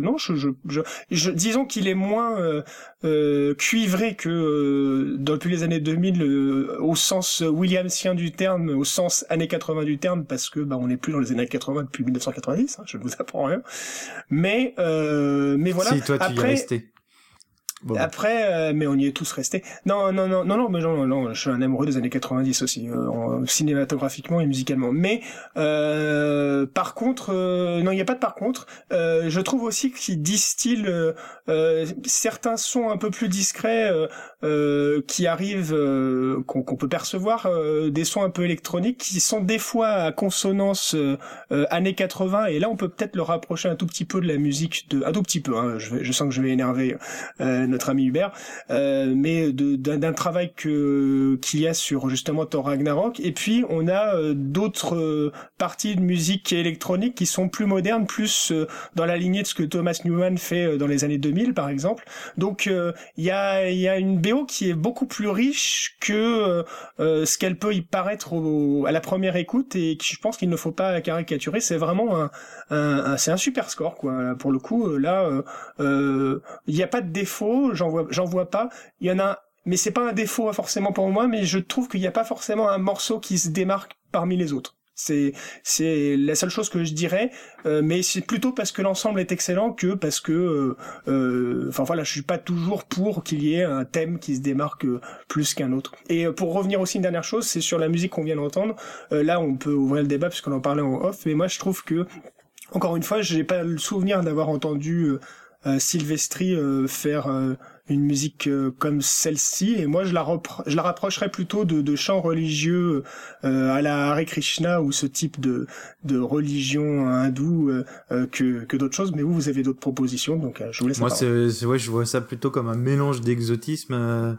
disons qu'il est moins cuivré que depuis les années 2000 au sens williamsien du terme, au sens années 80 du terme, parce que on n'est plus dans les années 80 depuis 1990. Hein, je ne vous apprends rien. Mais voilà. Si toi tu y es resté. Bon. Après, mais on y est tous restés. Non, je suis un amoureux des années 90 aussi, cinématographiquement et musicalement. Mais par contre, non, il n'y a pas de par contre. Je trouve aussi qu'il distille certains sons un peu plus discrets qui arrivent, qu'on peut percevoir, des sons un peu électroniques qui sont des fois à consonance années 80. Et là, on peut peut-être le rapprocher un tout petit peu de la musique un tout petit peu. Hein, je sens que je vais énerver notre ami Hubert, mais d'un travail qu'il y a sur justement Thor Ragnarok. Et puis on a d'autres parties de musique électronique qui sont plus modernes, plus dans la lignée de ce que Thomas Newman fait dans les années 2000 par exemple. Donc il y a une BO qui est beaucoup plus riche que ce qu'elle peut y paraître à la première écoute, et je pense qu'il ne faut pas caricaturer. C'est vraiment c'est un super score quoi. Pour le coup là il n'y a pas de défaut. J'en vois pas. Il y en a, mais c'est pas un défaut forcément pour moi, mais je trouve qu'il n'y a pas forcément un morceau qui se démarque parmi les autres. C'est la seule chose que je dirais, mais c'est plutôt parce que l'ensemble est excellent que parce que, enfin voilà, je suis pas toujours pour qu'il y ait un thème qui se démarque plus qu'un autre. Et pour revenir aussi une dernière chose, c'est sur la musique qu'on vient d'entendre. Là, on peut ouvrir le débat puisqu'on en parlait en off, mais moi je trouve que, encore une fois, j'ai pas le souvenir d'avoir entendu Silvestri faire une musique comme celle-ci, et moi je la rapprocherais plutôt de chants religieux à la Hare Krishna ou ce type de religion hindoue que d'autres choses. Mais vous avez d'autres propositions, donc je vous laisse. Moi je vois ça plutôt comme un mélange d'exotisme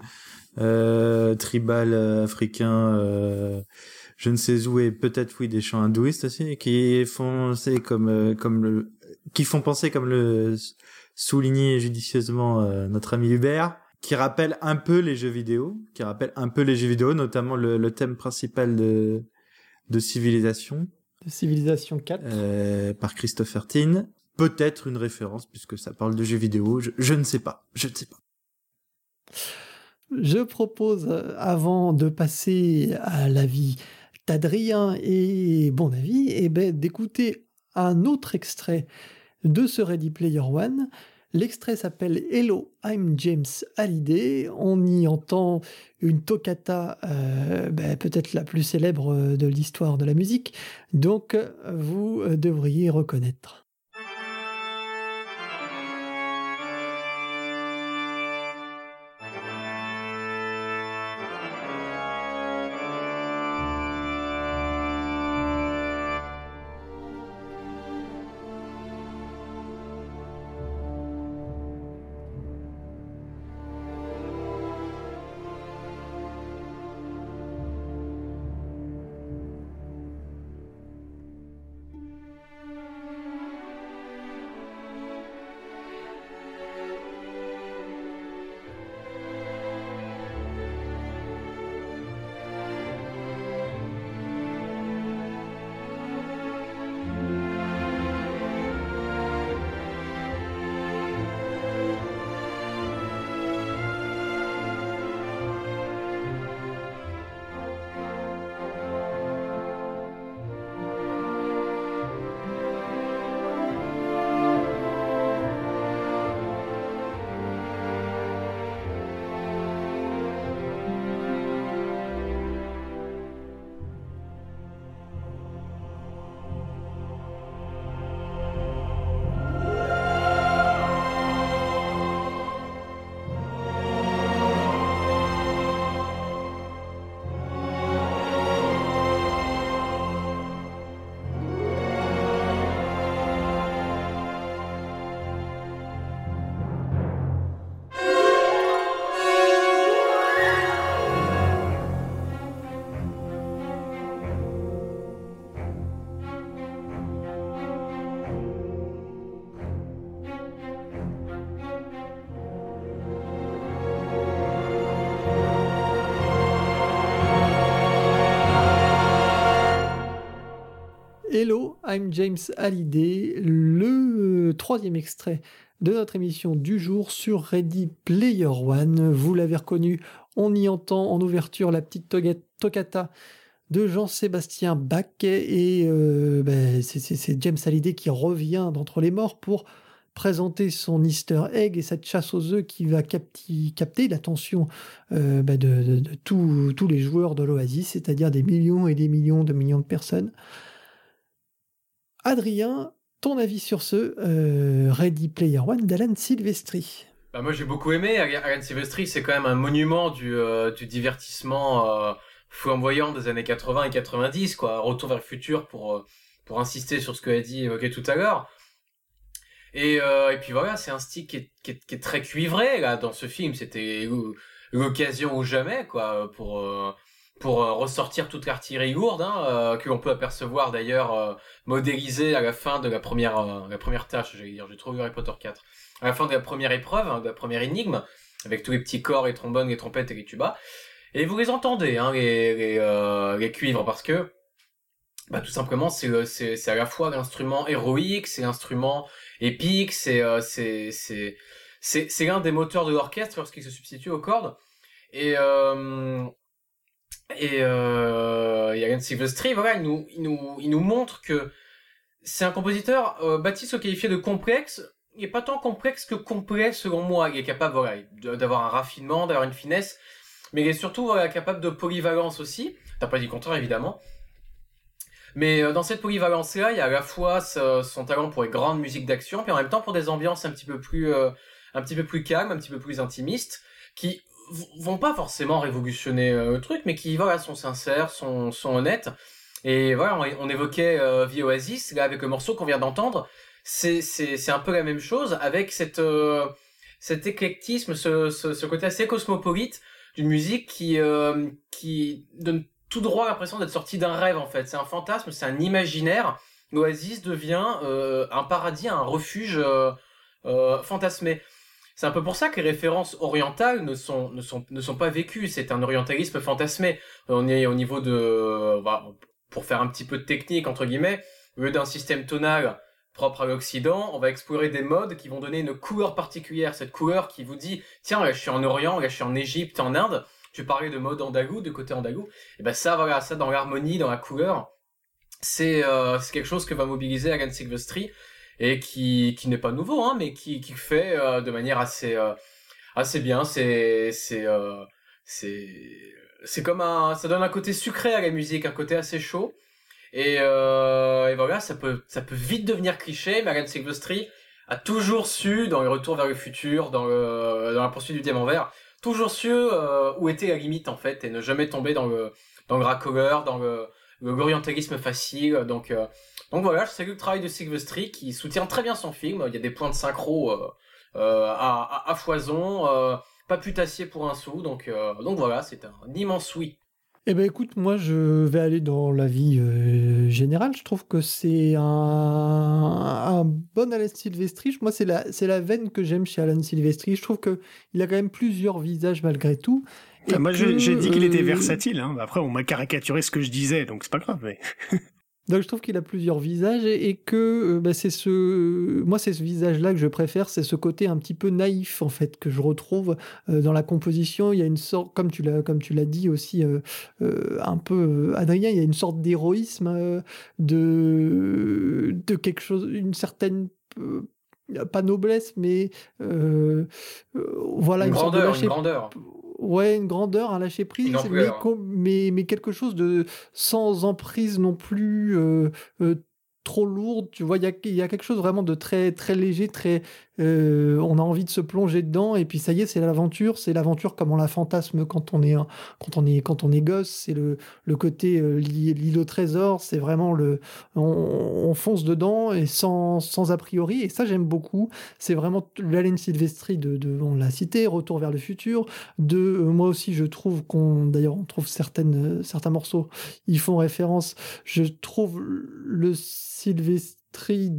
tribal africain, je ne sais où, et peut-être oui des chants hindouistes aussi qui font penser, comme le souligné judicieusement notre ami Hubert, qui rappelle un peu les jeux vidéo, notamment le thème principal de Civilization. De Civilization 4. Par Christopher Tin. Peut-être une référence, puisque ça parle de jeux vidéo, je ne sais pas. Je propose, avant de passer à l'avis d'Adrien et bon avis, d'écouter un autre extrait de ce Ready Player One. L'extrait s'appelle Hello, I'm James Hallyday. On y entend une toccata, peut-être la plus célèbre de l'histoire de la musique, donc vous devriez reconnaître. I'm James Hallyday, le troisième extrait de notre émission du jour sur Ready Player One. Vous l'avez reconnu, on y entend en ouverture la petite toccata de Jean-Sébastien Bach et c'est James Hallyday qui revient d'entre les morts pour présenter son Easter egg et cette chasse aux œufs qui va capter l'attention de tous les joueurs de l'Oasis, c'est-à-dire des millions et des millions de personnes. Adrien, ton avis sur ce Ready Player One d'Alan Silvestri? Moi j'ai beaucoup aimé. Alan Silvestri, c'est quand même un monument du divertissement flamboyant des années 80 et 90, quoi. Retour vers le futur pour insister sur ce que Eddie évoquait tout à l'heure. Et puis voilà, c'est un style qui est très cuivré là dans ce film. C'était l'occasion ou jamais, quoi, pour ressortir toute l'artillerie lourde, que l'on peut apercevoir d'ailleurs modélisée à la fin de la première tâche, j'allais dire. J'ai trop vu Harry Potter 4. À la fin de la première épreuve, de la première énigme, avec tous les petits corps, les trombones, les trompettes et les tubas. Et vous les entendez, les cuivres, parce que tout simplement c'est à la fois l'instrument héroïque, c'est l'instrument épique, c'est l'un des moteurs de l'orchestre lorsqu'il se substitue aux cordes. Et Alan Silvestri, voilà, il nous montre que c'est un compositeur bâti se qualifier de complexe. Il est pas tant complexe que complet selon moi. Il est capable, voilà, d'avoir un raffinement, d'avoir une finesse, mais il est surtout, voilà, capable de polyvalence aussi. T'as pas dit le contraire, évidemment. Mais dans cette polyvalence-là, il y a à la fois son talent pour les grandes musiques d'action, puis en même temps pour des ambiances un petit peu plus calmes, un petit peu plus intimistes, qui vont pas forcément révolutionner le truc, mais qui, voilà, sont sincères, sont honnêtes. Et voilà, on évoquait The Oasis, là, avec le morceau qu'on vient d'entendre. C'est un peu la même chose, avec cet éclectisme, ce côté assez cosmopolite d'une musique qui donne tout droit l'impression d'être sorti d'un rêve, en fait. C'est un fantasme, c'est un imaginaire. L'Oasis devient un paradis, un refuge fantasmé. C'est un peu pour ça que les références orientales ne sont pas vécues. C'est un orientalisme fantasmé. On est au niveau pour faire un petit peu de technique, entre guillemets, au lieu d'un système tonal propre à l'Occident, on va explorer des modes qui vont donner une couleur particulière. Cette couleur qui vous dit, tiens, là je suis en Orient, là je suis en Égypte, en Inde. Tu parlais de mode andalou, de côté andalou. Et ça, voilà, ça dans l'harmonie, dans la couleur, c'est quelque chose que va mobiliser Alan Silvestri et qui n'est pas nouveau, mais qui fait de manière assez bien. C'est comme ça donne un côté sucré à la musique, un côté assez chaud. Et voilà, ça peut vite devenir cliché, mais Alan Silvestri a toujours su, dans le retour vers le futur, dans la poursuite du diamant vert, toujours su où était la limite, en fait, et ne jamais tomber dans le racoleur, dans l'orientalisme facile. Donc voilà, je salue le travail de Silvestri qui soutient très bien son film. Il y a des points de synchro à foison, pas putassier pour un sou. Donc voilà, c'est un immense oui. Eh ben écoute, moi je vais aller dans l'avis général. Je trouve que c'est un bon Alan Silvestri. Moi c'est la veine que j'aime chez Alan Silvestri. Je trouve que il a quand même plusieurs visages malgré tout. Et moi j'ai dit qu'il était versatile. Après on m'a caricaturé ce que je disais, donc c'est pas grave. Mais... Donc je trouve qu'il a plusieurs visages et que c'est ce visage-là que je préfère, c'est ce côté un petit peu naïf en fait que je retrouve dans la composition. Il y a une sorte, comme tu l'as dit aussi un peu Adrien, il y a une sorte d'héroïsme de quelque chose, une certaine pas noblesse mais voilà, une grandeur. Ouais, une grandeur, un lâcher prise, mais quelque chose de sans emprise non plus trop lourde. Tu vois, il y a quelque chose vraiment de très très léger, très on a envie de se plonger dedans et puis ça y est, c'est l'aventure comme on la fantasme quand on est gosse. C'est le côté l'île au trésor, c'est vraiment on fonce dedans et sans a priori, et ça j'aime beaucoup. C'est vraiment l'Alan Silvestri on l'a cité, Retour vers le futur. Moi aussi je trouve d'ailleurs on trouve certains morceaux, ils font référence. Je retrouve le Silvestri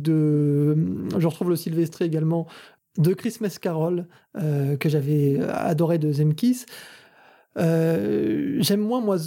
également de Christmas Carol que j'avais adoré de Zemkis. J'aime moins moi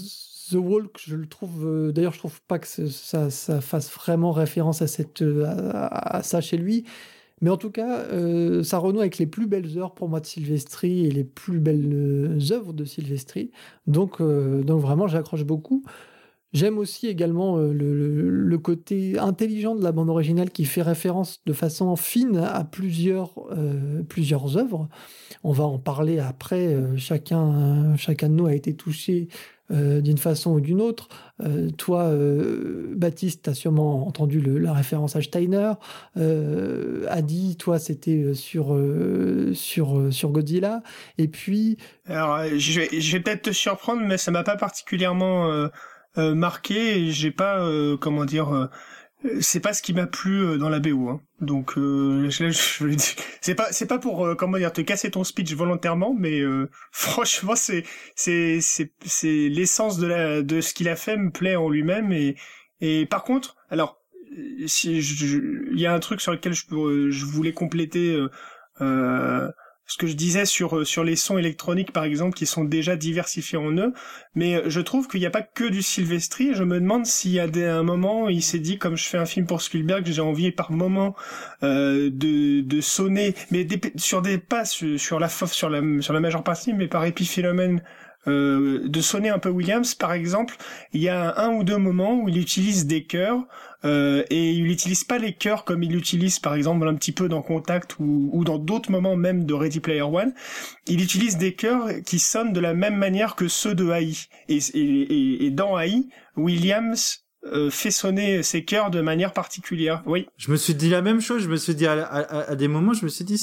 The Walk, je le trouve. D'ailleurs, je trouve pas que ça fasse vraiment référence à ça chez lui. Mais en tout cas, ça renoue avec les plus belles heures pour moi de Silvestri et les plus belles œuvres de Silvestri. Donc vraiment, j'accroche beaucoup. J'aime aussi également le côté intelligent de la bande originale qui fait référence de façon fine à plusieurs œuvres. On va en parler après. Chacun de nous a été touché d'une façon ou d'une autre. Toi, Baptiste, tu as sûrement entendu la référence à Steiner. Adi, toi, c'était sur Godzilla. Et puis... Alors, je vais peut-être te surprendre, mais ça m'a pas particulièrement marqué. Et j'ai pas, comment dire... c'est pas ce qui m'a plu dans la BO, hein. Donc c'est pas pour comment dire te casser ton speech volontairement, mais franchement c'est l'essence de ce qu'il a fait me plaît en lui-même et par contre alors si il y a un truc sur lequel je voulais compléter ce que je disais sur les sons électroniques par exemple qui sont déjà diversifiés en eux, mais je trouve qu'il n'y a pas que du Silvestri et je me demande s'il y a un moment il s'est dit comme je fais un film pour Spielberg j'ai envie par moment de sonner mais sur des pas sur la majeure partie mais par épiphénomène de sonner un peu Williams par exemple. Il y a un ou deux moments où il utilise des chœurs et il n'utilise pas les chœurs comme il utilise par exemple un petit peu dans Contact ou dans d'autres moments même de Ready Player One. Il utilise des chœurs qui sonnent de la même manière que ceux de AI et dans AI Williams fait sonner ses chœurs de manière particulière. Oui. Je me suis dit la même chose. Je me suis dit à des moments, je me suis dit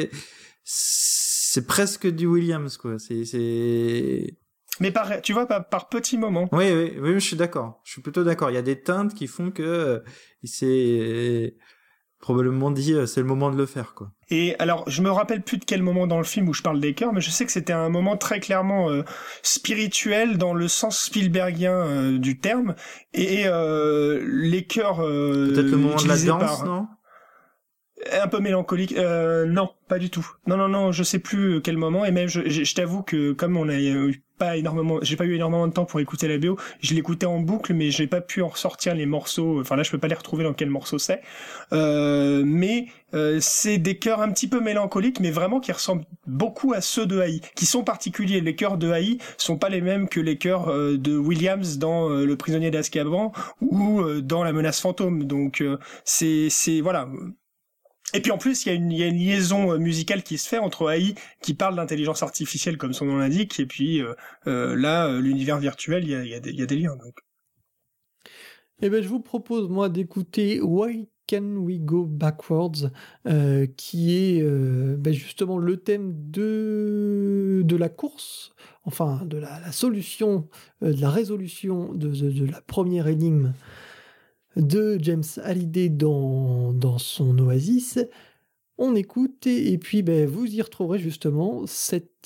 c'est presque du Williams quoi. Mais tu vois par petits moments. Oui, je suis d'accord. Je suis plutôt d'accord. Il y a des teintes qui font que il s'est probablement dit c'est le moment de le faire quoi. Et alors, je me rappelle plus de quel moment dans le film où je parle des chœurs, mais je sais que c'était un moment très clairement spirituel dans le sens Spielbergien du terme. Et les chœurs peut-être le moment de la danse, non? Un peu mélancolique. Non, pas du tout. Non, je sais plus quel moment. Et même, je t'avoue que comme j'ai pas eu énormément de temps pour écouter la BO. Je l'écoutais en boucle, mais j'ai pas pu en ressortir les morceaux. Enfin là, je peux pas les retrouver dans quel morceau c'est. Mais c'est des chœurs un petit peu mélancoliques, mais vraiment qui ressemblent beaucoup à ceux de AI, qui sont particuliers. Les chœurs de AI sont pas les mêmes que les chœurs de Williams dans Le Prisonnier d'Azkaban ou dans La Menace Fantôme. Donc c'est voilà. Et puis en plus, il y a une liaison musicale qui se fait entre AI, qui parle d'intelligence artificielle comme son nom l'indique, et puis là, l'univers virtuel, il y a des liens. Donc. Eh ben, je vous propose moi d'écouter Why Can We Go Backwards, qui est justement le thème de la course, enfin de la solution, de la résolution de la première énigme de James Hallyday dans son Oasis. On écoute et puis vous y retrouverez justement cette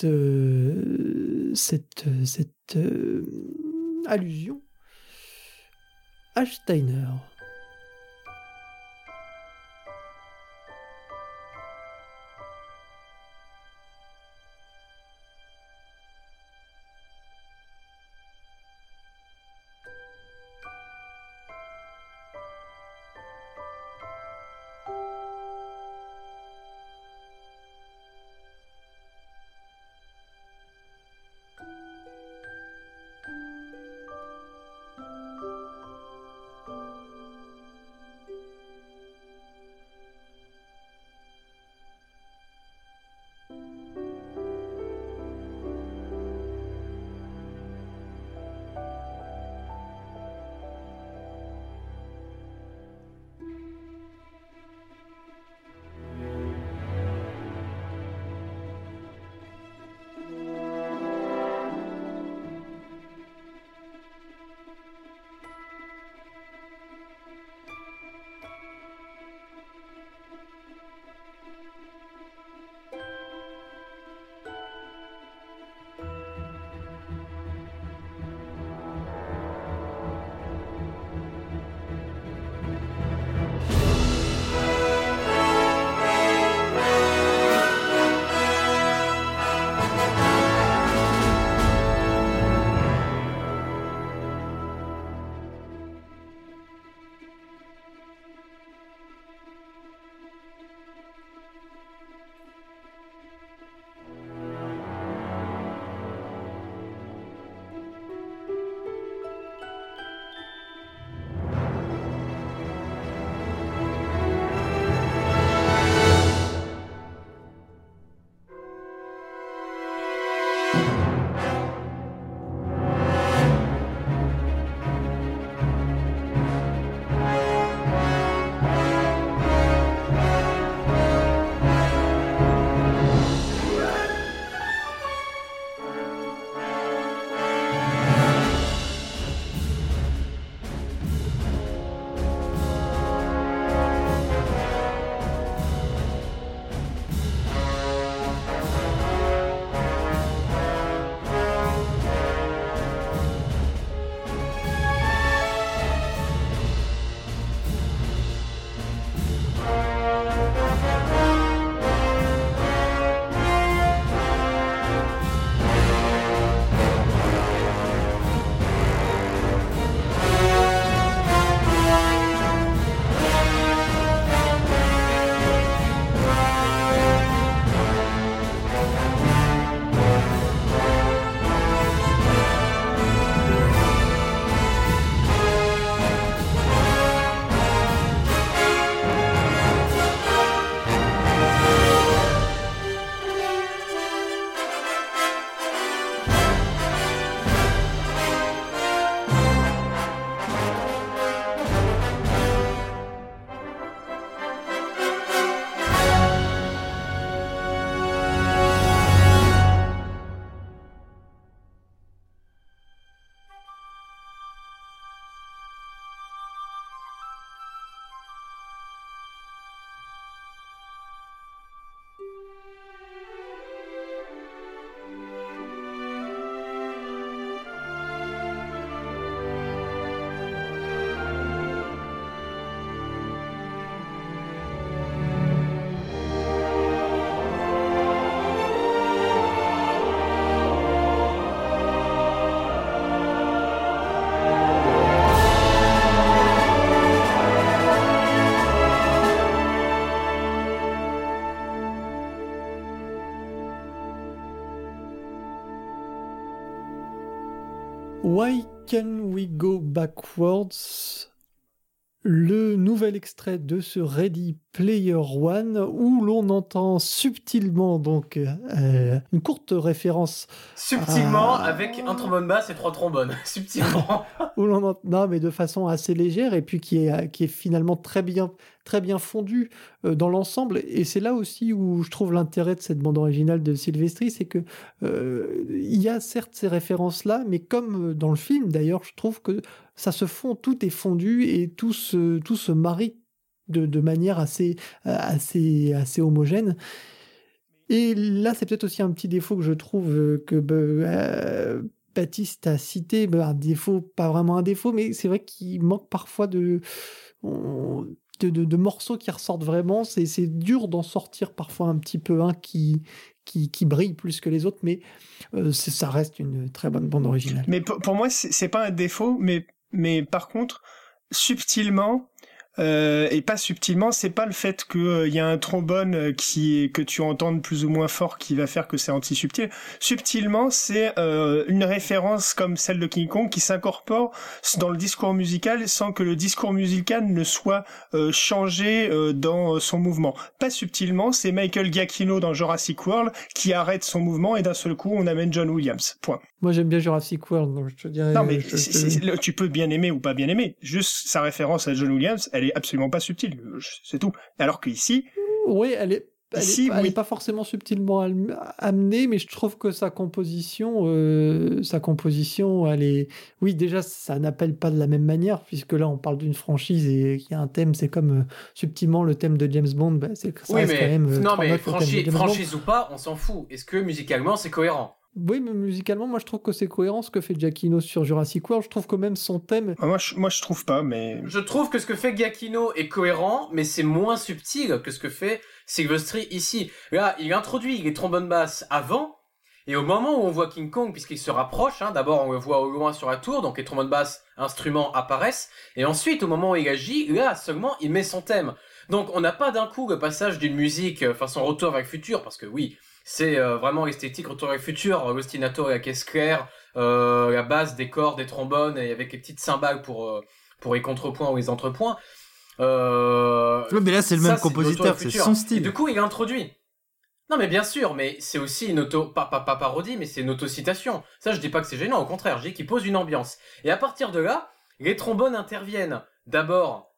allusion à Steiner. Why Can We Go Backwards, le nouvel extrait de ce Ready Player One où l'on entend subtilement donc une courte référence avec un trombone basse et 3 trombones subtilement où l'on entend, non mais de façon assez légère et puis qui est finalement très bien fondu dans l'ensemble, et c'est là aussi où je trouve l'intérêt de cette bande originale de Silvestri, c'est que il y a certes ces références là, mais comme dans le film d'ailleurs, je trouve que ça se fond, tout est fondu et tout se marie de manière assez homogène. Et là, c'est peut-être aussi un petit défaut que je trouve que Baptiste a cité, un défaut, pas vraiment un défaut, mais c'est vrai qu'il manque parfois de morceaux qui ressortent vraiment. C'est dur d'en sortir parfois un petit peu un qui brille plus que les autres, mais ça reste une très bonne bande originale. Mais pour moi, c'est pas un défaut, mais par contre, subtilement, et pas subtilement, c'est pas le fait que y a un trombone que tu entends plus ou moins fort qui va faire que c'est anti-subtil. Subtilement, c'est une référence comme celle de King Kong qui s'incorpore dans le discours musical sans que le discours musical ne soit changé dans son mouvement. Pas subtilement, c'est Michael Giacchino dans Jurassic World qui arrête son mouvement et d'un seul coup on amène John Williams. Point. Moi j'aime bien Jurassic World, donc je te dirais... Non mais tu peux bien aimer ou pas bien aimer, juste sa référence à John Williams, elle est absolument pas subtile, c'est tout. Alors qu'ici... Oui, elle est pas forcément subtilement amenée, mais je trouve que sa composition, elle est... Oui, déjà, ça n'appelle pas de la même manière, puisque là, on parle d'une franchise et il y a un thème, c'est comme subtilement le thème de James Bond, franchise ou pas, on s'en fout. Est-ce que musicalement, c'est cohérent ? Oui, mais musicalement, moi je trouve que c'est cohérent ce que fait Giacchino sur Jurassic World. Je trouve que même son thème... Moi je trouve pas, mais... Je trouve que ce que fait Giacchino est cohérent, mais c'est moins subtil que ce que fait Silvestri ici. Là, il introduit les trombones basses avant, et au moment où on voit King Kong, puisqu'il se rapproche, d'abord on le voit au loin sur la tour, donc les trombones basses, instruments apparaissent, et ensuite au moment où il agit, là seulement il met son thème. Donc on n'a pas d'un coup le passage d'une musique façon Retour vers le futur, parce que oui... C'est vraiment l'esthétique Retour vers le futur, l'ostinato et la caisse claire, la basse des cordes, des trombones, et avec les petites cymbales pour les contrepoints ou les entrepoints. Mais là, c'est le même compositeur, c'est son style. Et du coup, il introduit. Non, mais bien sûr, mais c'est aussi une pas parodie, mais c'est une auto-citation. Ça, je dis pas que c'est gênant, au contraire, je dis qu'il pose une ambiance. Et à partir de là, les trombones interviennent d'abord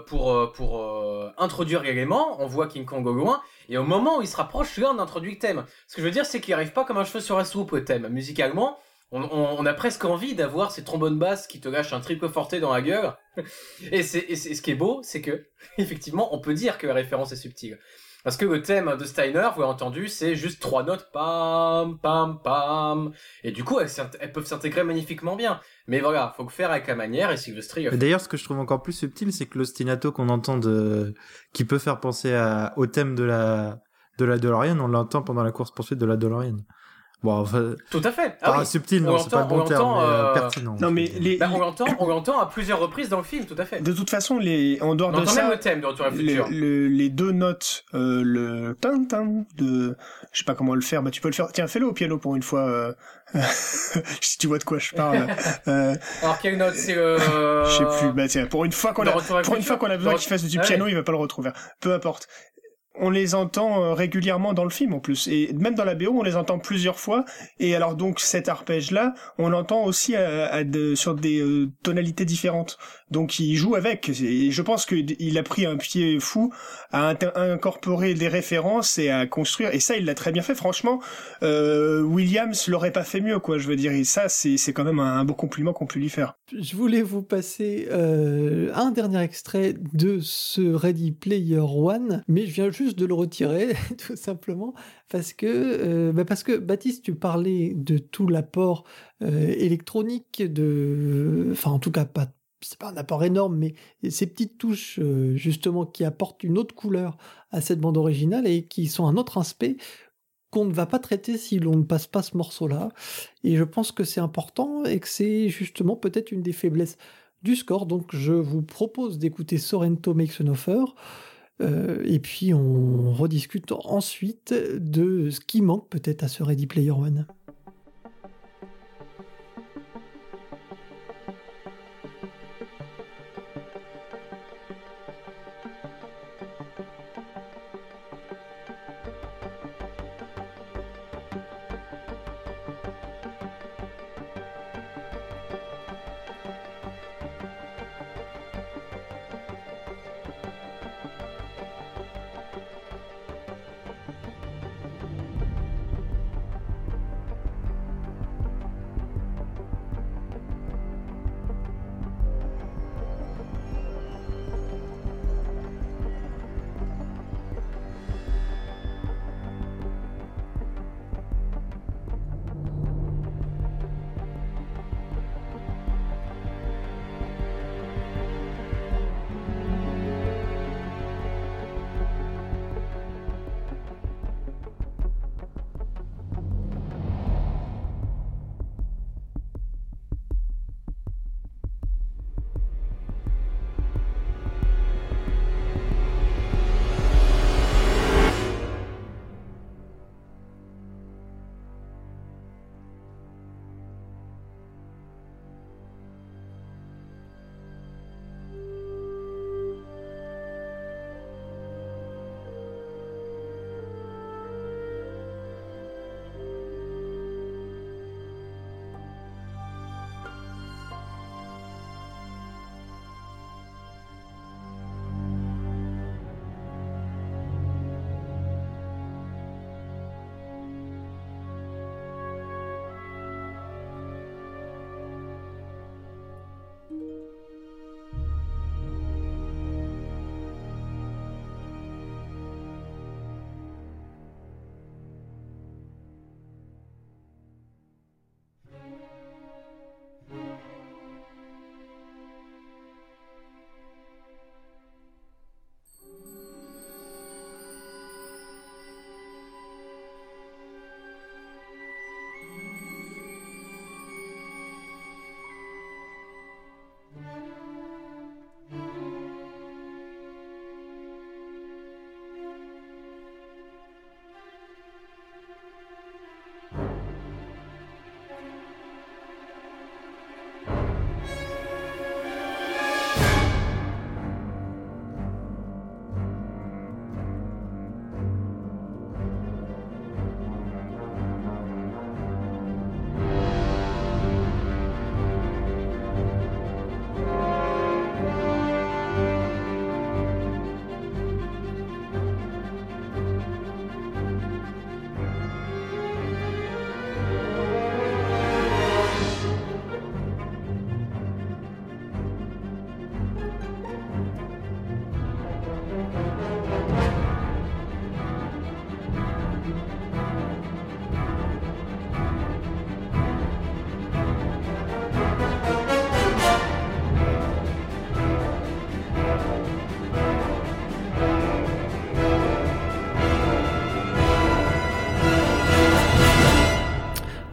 pour introduire l'élément, on voit King Kong au loin, et au moment où il se rapproche, là on introduit le thème. Ce que je veux dire, c'est qu'il arrive pas comme un cheveu sur la soupe au thème. Musicalement, on a presque envie d'avoir ces trombones basses qui te lâchent un triple forte dans la gueule. Et ce qui est beau, c'est que, effectivement, on peut dire que la référence est subtile. Parce que le thème de Steiner, vous l'avez entendu, c'est juste 3 notes, pam, pam, pam. Et du coup, elles peuvent s'intégrer magnifiquement bien. Mais voilà, faut le faire avec la manière, et Silvestri... D'ailleurs, ce que je trouve encore plus subtil, c'est que l'ostinato qu'on entend qui peut faire penser au thème de la DeLorean, on l'entend pendant la course-poursuite de la DeLorean. Bon, enfin, tout à fait. Subtil, non, c'est pas le bon terme, mais pertinent. Non, mais on l'entend à plusieurs reprises dans le film, tout à fait. De toute façon, en dehors de ça, même le thème de Retour vers le futur. Les 2 notes, le tin de, je sais pas comment le faire. Bah, tu peux le faire. Tiens, fais-le au piano pour une fois. Si tu vois de quoi je parle. Alors quelle note c'est le... Je sais plus. Bah tiens, pour une fois qu'on a besoin qu'il fasse du piano, il va pas le retrouver. Peu importe. On les entend régulièrement dans le film en plus, et même dans la BO on les entend plusieurs fois, et alors donc cet arpège là on l'entend aussi sur des tonalités différentes, donc il joue avec, et je pense qu'il a pris un pied fou à incorporer des références et à construire, et ça il l'a très bien fait franchement. Williams l'aurait pas fait mieux, quoi, je veux dire, et ça c'est quand même un beau compliment qu'on peut lui faire. Je voulais vous passer un dernier extrait de ce Ready Player One, mais je viens juste de le retirer, tout simplement, parce que Baptiste, tu parlais de tout l'apport électronique, enfin en tout cas c'est pas un apport énorme, mais ces petites touches justement qui apportent une autre couleur à cette bande originale et qui sont un autre aspect qu'on ne va pas traiter si l'on ne passe pas ce morceau-là. Et je pense que c'est important et que c'est justement peut-être une des faiblesses du score. Donc je vous propose d'écouter Sorrento Makes an Offer. Et puis on rediscute ensuite de ce qui manque peut-être à ce Ready Player One.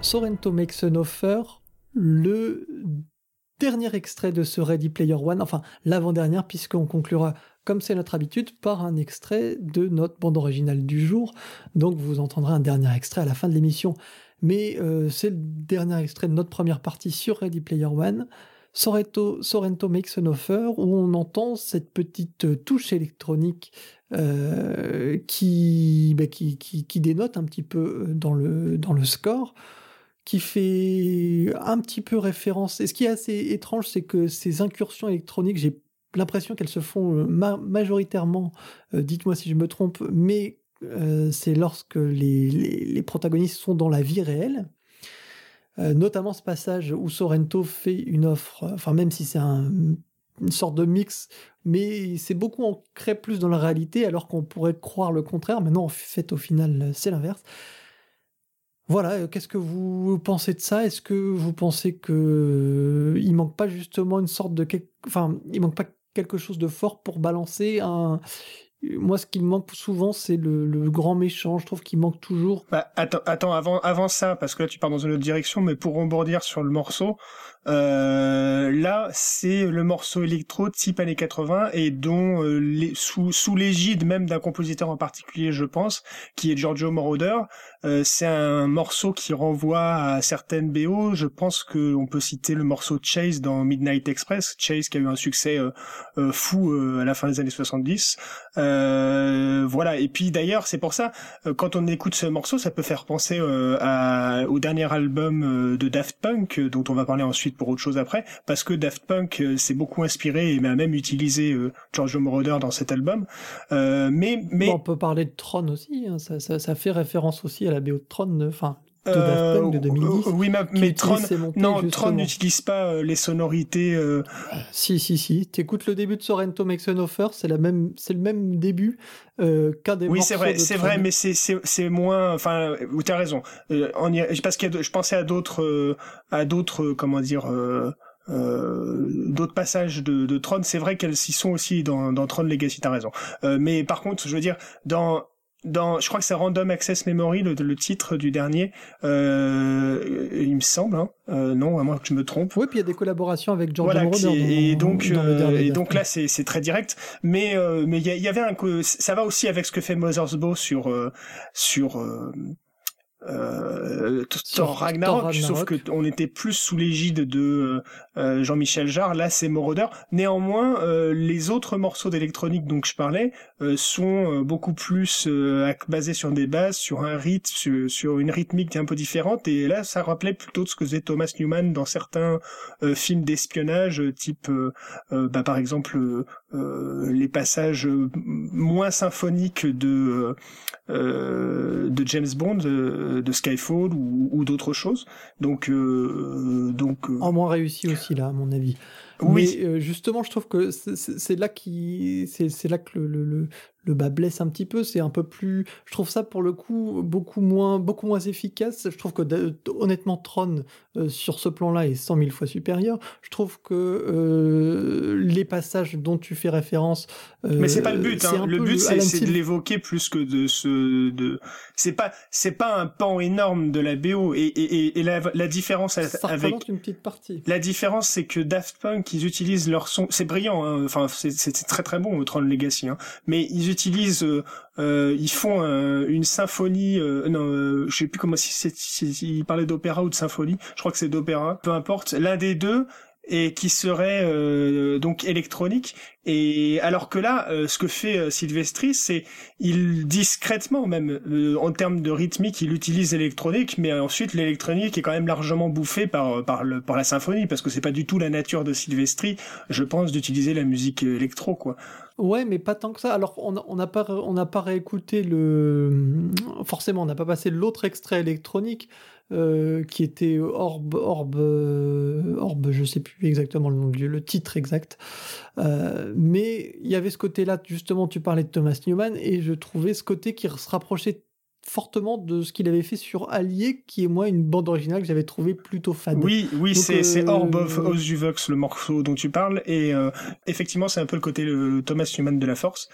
Sorrento Makes an Offer, le dernier extrait de ce Ready Player One, enfin l'avant-dernière, puisqu'on conclura, comme c'est notre habitude, par un extrait de notre bande originale du jour. Donc vous entendrez un dernier extrait à la fin de l'émission. Mais c'est le dernier extrait de notre première partie sur Ready Player One. Sorrento Makes an Offer, où on entend cette petite touche électronique qui dénote un petit peu dans le score, qui fait un petit peu référence. Et ce qui est assez étrange, c'est que ces incursions électroniques, j'ai l'impression qu'elles se font majoritairement, dites-moi si je me trompe, mais c'est lorsque les protagonistes sont dans la vie réelle. Notamment ce passage où Sorrento fait une offre, enfin même si c'est une sorte de mix, mais c'est beaucoup ancré plus dans la réalité, alors qu'on pourrait croire le contraire, mais non, en fait, au final, c'est l'inverse. Voilà, qu'est-ce que vous pensez de ça ? Est-ce que vous pensez qu'il manque pas justement une sorte de... Enfin, il manque pas quelque chose de fort pour balancer un... Moi, ce qui me manque souvent, c'est le grand méchant. Je trouve qu'il manque toujours... Attends, avant ça, parce que là, tu pars dans une autre direction, mais pour rebondir sur le morceau, là, c'est le morceau électro type années 80 et dont sous l'égide même d'un compositeur en particulier, je pense, qui est Giorgio Moroder. C'est un morceau qui renvoie à certaines BO. Je pense qu'on peut citer le morceau Chase dans Midnight Express. Chase qui a eu un succès fou à la fin des années 70. Voilà. Et puis d'ailleurs, c'est pour ça, quand on écoute ce morceau, ça peut faire penser au dernier album de Daft Punk, dont on va parler ensuite pour autre chose après, parce que Daft Punk s'est beaucoup inspiré et a même utilisé Giorgio Moroder dans cet album. Mais bon, on peut parler de Tron aussi, hein. Ça fait référence aussi à la BO de Tron, enfin de Daft Punk de 2010. Oui, mais Tron justement. n'utilise pas les sonorités. Si. T'écoutes le début de Sorrento Makes an Offer, c'est le même début qu'un des morceaux. Oui, c'est vrai, mais c'est moins. Enfin, t'as raison. Parce que je pensais à d'autres, comment dire. D'autres passages de Tron, c'est vrai qu'elles y sont aussi dans Tron Legacy, t'as raison. Mais par contre, je veux dire, je crois que c'est Random Access Memory, le titre du dernier, il me semble, hein. Non, à moins que je me trompe. Oui, puis il y a des collaborations avec Giorgio Moroder. Et donc là, c'est très direct. Mais il y avait ça va aussi avec ce que fait Mother's Bow sur Thor Ragnarok, sauf que on était plus sous l'égide de Jean-Michel Jarre. Là, c'est Moroder. Néanmoins, les autres morceaux d'électronique dont je parlais sont beaucoup plus basés sur des bases, sur un rythme, sur une rythmique un peu différente. Et là, ça rappelait plutôt de ce que faisait Thomas Newman dans certains films d'espionnage, type, par exemple, les passages moins symphoniques de James Bond, de Skyfall ou d'autres choses. Donc en moins réussi aussi là, à mon avis. Oui. Mais justement, je trouve que c'est là que le bas blesse un petit peu. C'est un peu plus, je trouve ça pour le coup beaucoup moins efficace. Je trouve que honnêtement Tron sur ce plan-là est 100 000 fois supérieur. Je trouve que les passages dont tu fais référence, mais c'est pas le but. Hein. Le but c'est de l'évoquer plus que c'est pas un pan énorme de la BO et la différence ça représente une petite partie. La différence, c'est que Daft Punk, ils utilisent leur son, c'est brillant, hein. Enfin c'est très très bon Tron Legacy, hein. Mais ils utilisent ils font une symphonie, je sais plus comment, si ils parlaient d'opéra ou de symphonie, je crois que c'est d'opéra, peu importe, l'un des deux, et qui serait donc électronique. Et alors que là, ce que fait Silvestri, c'est il discrètement même en termes de rythmique, il utilise l'électronique, mais ensuite l'électronique est quand même largement bouffée par la symphonie, parce que c'est pas du tout la nature de Silvestri, je pense, d'utiliser la musique électro, quoi. Ouais, mais pas tant que ça. Alors, on n'a pas réécouté forcément, on n'a pas passé l'autre extrait électronique qui était Orbe, je sais plus exactement le nom le titre exact. Mais il y avait ce côté-là, justement, tu parlais de Thomas Newman, et je trouvais ce côté qui se rapprochait fortement de ce qu'il avait fait sur Allier, qui est moi une bande originale que j'avais trouvé plutôt fade. Oui, donc, c'est Orb of Ozuvox, le morceau dont tu parles, et effectivement c'est un peu le côté le Thomas Newman de la Force,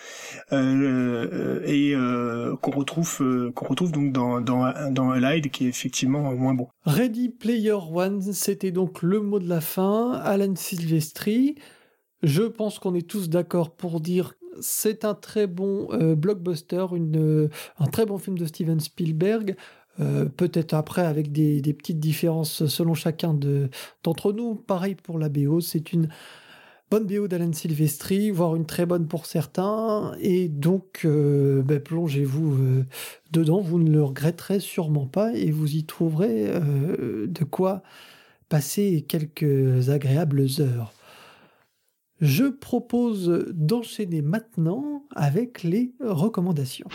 qu'on retrouve donc dans Allied, qui est effectivement moins bon. Ready Player One, c'était donc le mot de la fin. Alan Silvestri, je pense qu'on est tous d'accord pour dire c'est un très bon blockbuster, un très bon film de Steven Spielberg. Peut-être après avec des petites différences selon chacun d'entre nous. Pareil pour la BO, c'est une bonne BO d'Alan Silvestri, voire une très bonne pour certains. Et donc, plongez-vous dedans, vous ne le regretterez sûrement pas et vous y trouverez de quoi passer quelques agréables heures. Je propose d'enchaîner maintenant avec les recommandations.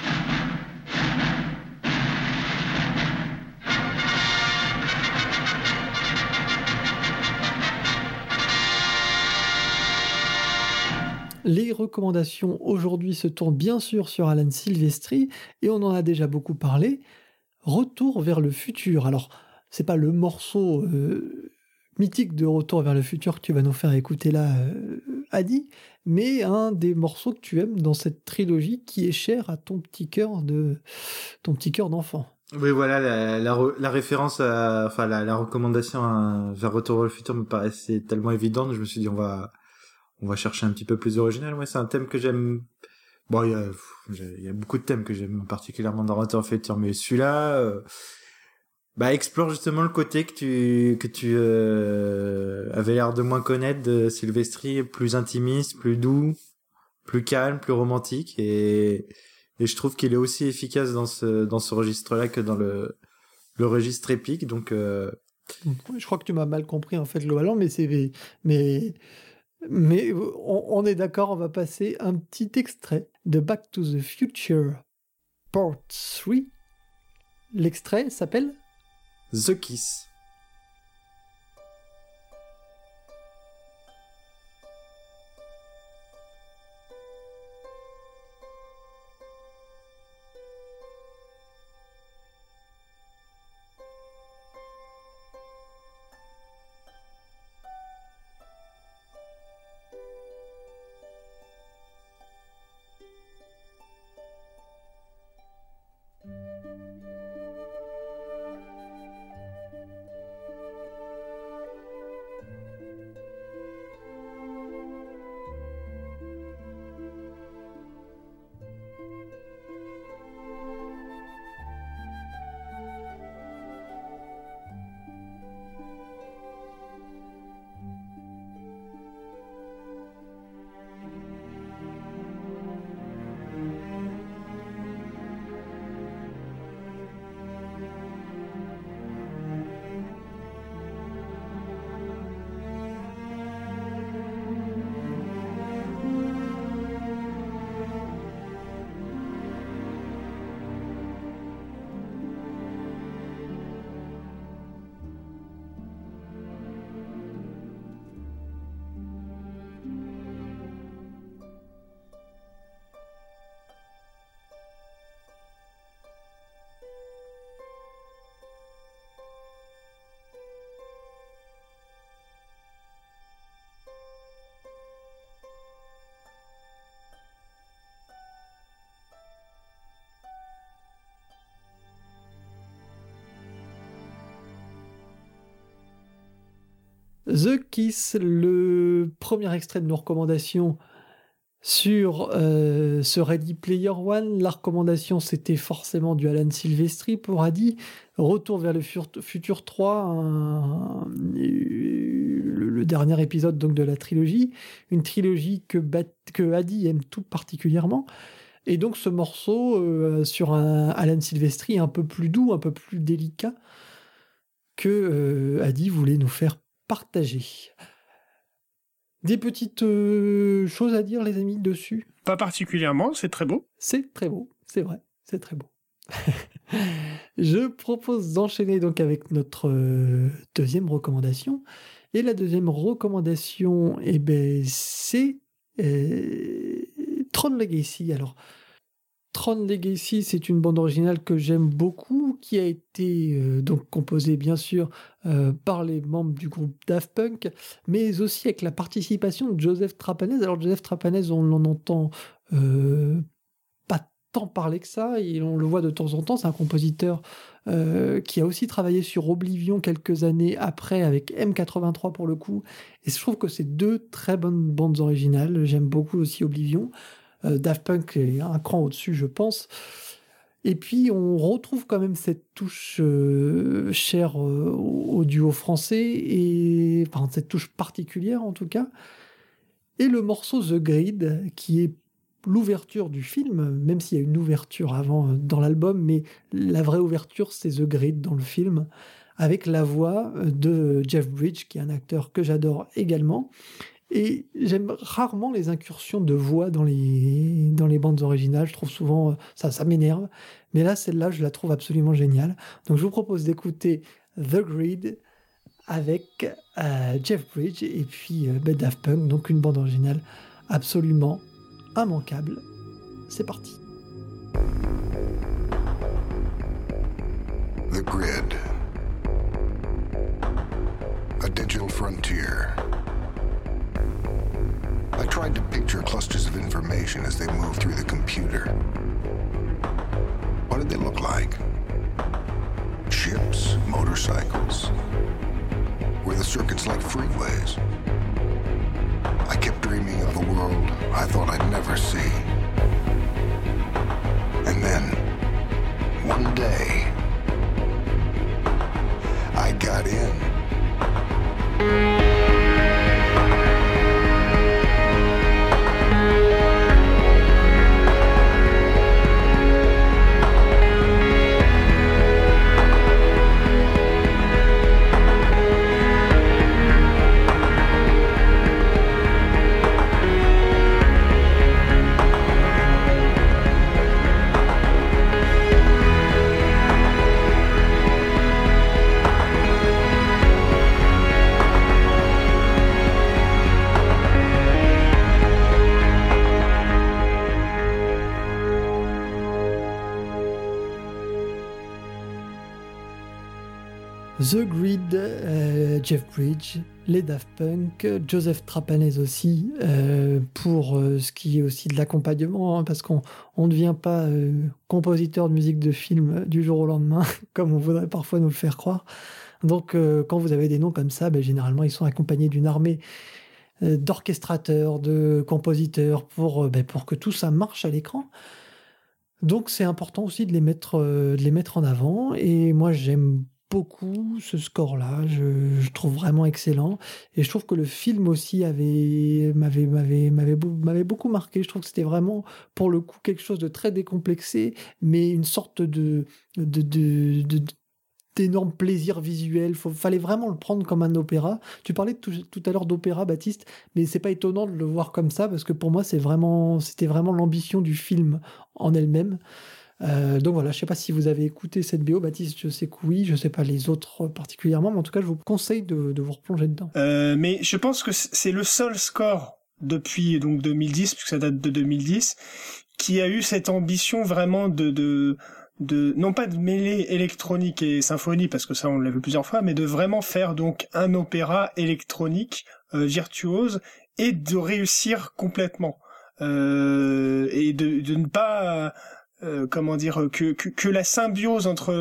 Les recommandations aujourd'hui se tournent bien sûr sur Alan Silvestri et on en a déjà beaucoup parlé. Retour vers le futur. Alors, c'est pas le morceau mythique de Retour vers le futur que tu vas nous faire écouter là, Adi, mais un des morceaux que tu aimes dans cette trilogie qui est cher à ton petit cœur d'enfant. Oui, voilà, la référence, la recommandation vers Retour vers le futur me paraissait tellement évidente, je me suis dit on va chercher un petit peu plus original. Ouais, c'est un thème que j'aime. Bon, il y a beaucoup de thèmes que j'aime particulièrement dans Retour vers le futur, mais celui-là, explore justement le côté que tu avais l'air de moins connaître de Silvestri, plus intimiste, plus doux, plus calme, plus romantique, et je trouve qu'il est aussi efficace dans ce registre-là que dans le registre épique. Donc, je crois que tu m'as mal compris en fait globalement, mais on est d'accord, on va passer un petit extrait de Back to the Future Part 3. L'extrait s'appelle The Kiss. The Kiss, le premier extrait de nos recommandations sur ce Ready Player One. La recommandation, c'était forcément du Alan Silvestri pour Adi. Retour vers le futur 3, le dernier épisode donc de la trilogie. Une trilogie que Adi aime tout particulièrement. Et donc ce morceau sur un Alan Silvestri un peu plus doux, un peu plus délicat que Adi voulait nous faire partager. Des petites choses à dire, les amis, dessus? Pas particulièrement, c'est très beau. C'est très beau, c'est vrai, c'est très beau. Je propose d'enchaîner donc avec notre deuxième recommandation. Et la deuxième recommandation, c'est Tron Legacy. Alors, Tron Legacy, c'est une bande originale que j'aime beaucoup, qui a été donc composée bien sûr par les membres du groupe Daft Punk, mais aussi avec la participation de Joseph Trapanese. Alors Joseph Trapanese, on l'en entend pas tant parler que ça, et on le voit de temps en temps, c'est un compositeur qui a aussi travaillé sur Oblivion quelques années après, avec M83 pour le coup, et je trouve que c'est deux très bonnes bandes originales. J'aime beaucoup aussi Oblivion. Daft Punk est un cran au-dessus, je pense. Et puis, on retrouve quand même cette touche chère au duo français, et enfin, cette touche particulière en tout cas. Et le morceau The Grid, qui est l'ouverture du film, même s'il y a une ouverture avant dans l'album, mais la vraie ouverture, c'est The Grid dans le film, avec la voix de Jeff Bridges, qui est un acteur que j'adore également. Et j'aime rarement les incursions de voix dans les bandes originales. Je trouve souvent, ça m'énerve. Mais là, celle-là, je la trouve absolument géniale. Donc, je vous propose d'écouter The Grid avec Jeff Bridges et puis Daft Punk. Donc, une bande originale absolument immanquable. C'est parti. The Grid. A digital frontier. I tried to picture clusters of information as they move through the computer. What did they look like? Ships, motorcycles? Were the circuits like freeways? I kept dreaming of a world I thought I'd never see. And then, one day, I got in. The Grid, Jeff Bridges, les Daft Punk, Joseph Trapanese aussi, pour ce qui est aussi de l'accompagnement, hein, parce qu'on ne devient pas compositeur de musique de film du jour au lendemain, comme on voudrait parfois nous le faire croire. Donc quand vous avez des noms comme ça, généralement ils sont accompagnés d'une armée d'orchestrateurs, de compositeurs, pour que tout ça marche à l'écran. Donc c'est important aussi de les mettre en avant, et moi j'aime beaucoup ce score-là, je trouve vraiment excellent, et je trouve que le film aussi m'avait beaucoup marqué. Je trouve que c'était vraiment pour le coup quelque chose de très décomplexé, mais une sorte d'énorme plaisir visuel. Fallait vraiment le prendre comme un opéra. Tu parlais tout à l'heure d'opéra, Baptiste, mais c'est pas étonnant de le voir comme ça, parce que pour moi c'était vraiment l'ambition du film en elle-même. Donc voilà, je sais pas si vous avez écouté cette BO, Baptiste, je sais que oui, je sais pas les autres particulièrement, mais en tout cas je vous conseille de vous replonger dedans. Mais je pense que c'est le seul score depuis donc 2010, puisque ça date de 2010, qui a eu cette ambition vraiment de non pas de mêler électronique et symphonie, parce que ça on l'a vu plusieurs fois, mais de vraiment faire donc un opéra électronique virtuose, et de réussir complètement, et de ne pas comment dire, que la symbiose entre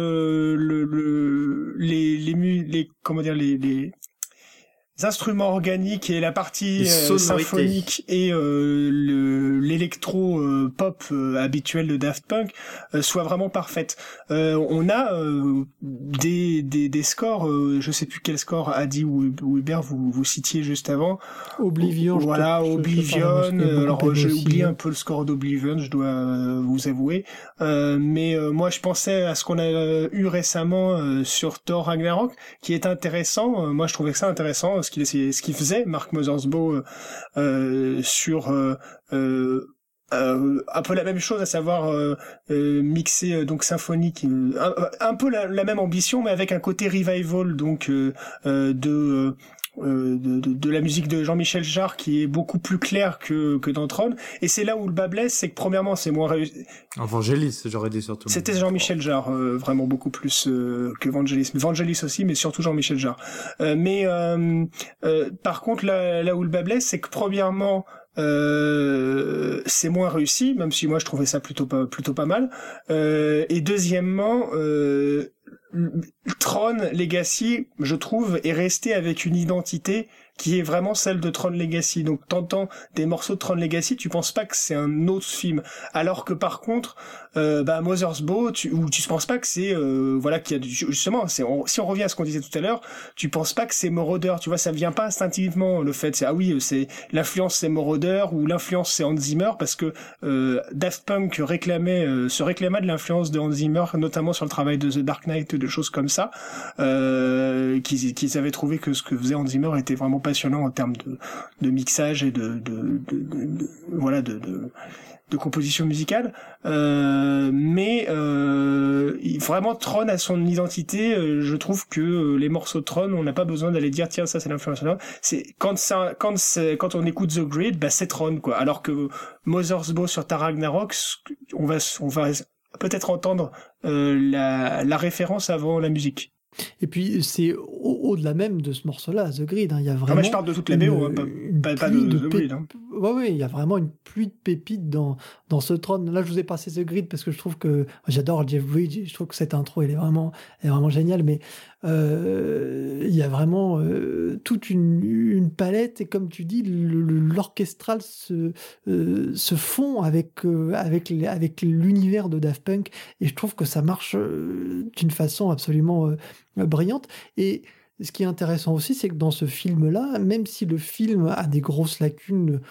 les instruments organiques et la partie symphonique et l'électro pop habituel de Daft Punk soit vraiment parfaite. On a des scores, je sais plus quel score Adi ou Hubert vous citiez juste avant. Oblivion. Voilà, Oblivion. Alors j'ai oublié un peu le score d'Oblivion, je dois vous avouer. Mais moi je pensais à ce qu'on a eu récemment sur Thor Ragnarok, qui est intéressant. Moi je trouvais que ça intéressant, ce qu'il faisait Mark Mothersbaugh sur un peu la même chose, à savoir mixer donc symphonique, un peu la même ambition, mais avec un côté revival, donc de la musique de Jean-Michel Jarre qui est beaucoup plus claire que dans Tron. Et c'est là où le bas blesse, c'est que premièrement, c'est moins réussi. Vangelis, j'aurais dit surtout. C'était Jean-Michel Jarre, vraiment beaucoup plus que Vangelis. Vangelis aussi, mais surtout Jean-Michel Jarre. Par contre, là où le bas blesse, c'est que premièrement, c'est moins réussi, même si moi je trouvais ça plutôt pas mal. Et deuxièmement, Tron Legacy, je trouve, est resté avec une identité qui est vraiment celle de Tron Legacy. Donc t'entends des morceaux de Tron Legacy, tu penses pas que c'est un autre film, alors que par contre Mother's Bow, tu penses pas que c'est qu'il y a justement, si on revient à ce qu'on disait tout à l'heure, tu penses pas que c'est Moroder, tu vois, ça vient pas instinctivement, le fait c'est l'influence c'est Moroder ou l'influence c'est Hans Zimmer, parce que Daft Punk se réclamait de l'influence de Hans Zimmer, notamment sur le travail de The Dark Knight, de choses comme ça, qu'ils avaient trouvé que ce que faisait Hans Zimmer était vraiment passionnant en termes de mixage et de composition musicale, mais vraiment Tron a son identité. Je trouve que les morceaux de Tron, on n'a pas besoin d'aller dire tiens ça c'est l'influence. C'est quand on écoute The Grid, c'est Tron quoi. Alors que Mother's Bow sur Thor Ragnarok, on va peut-être entendre la référence avant la musique. Et puis c'est au-delà même de ce morceau-là, The Grid, il y a vraiment. Je parle de toute la BO, pas de The Grid. Ouais, il y a vraiment une pluie de pépites dans ce Tron. Là, je vous ai passé The Grid parce que je trouve que j'adore Jeff Bridges. Je trouve que cette intro, elle est vraiment géniale. Mais il y a vraiment toute une palette, et comme tu dis, l'orchestral se fond avec l'univers de Daft Punk, et je trouve que ça marche d'une façon absolument brillante. Et ce qui est intéressant aussi, c'est que dans ce film-là, même si le film a des grosses lacunes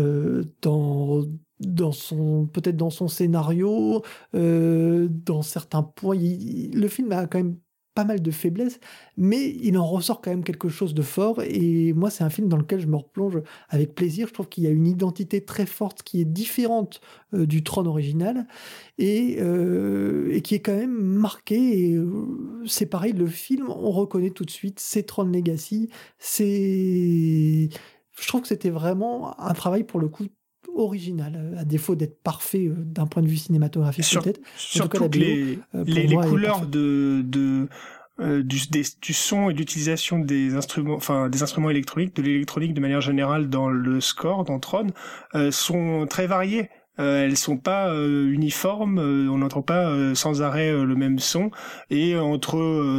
peut-être dans son scénario, dans certains points, le film a quand même pas mal de faiblesses, mais il en ressort quand même quelque chose de fort, et moi c'est un film dans lequel je me replonge avec plaisir. Je trouve qu'il y a une identité très forte qui est différente du Tron original, et qui est quand même marquée, et c'est pareil, le film, on reconnaît tout de suite, c'est Tron Legacy, je trouve que c'était vraiment un travail pour le coup original, à défaut d'être parfait d'un point de vue cinématographique peut-être. Surtout que les couleurs du son et d'utilisation des instruments électroniques, de l'électronique de manière générale dans le score, dans Tron, sont très variées. Elles sont pas uniformes, on n'entend pas sans arrêt le même son, et entre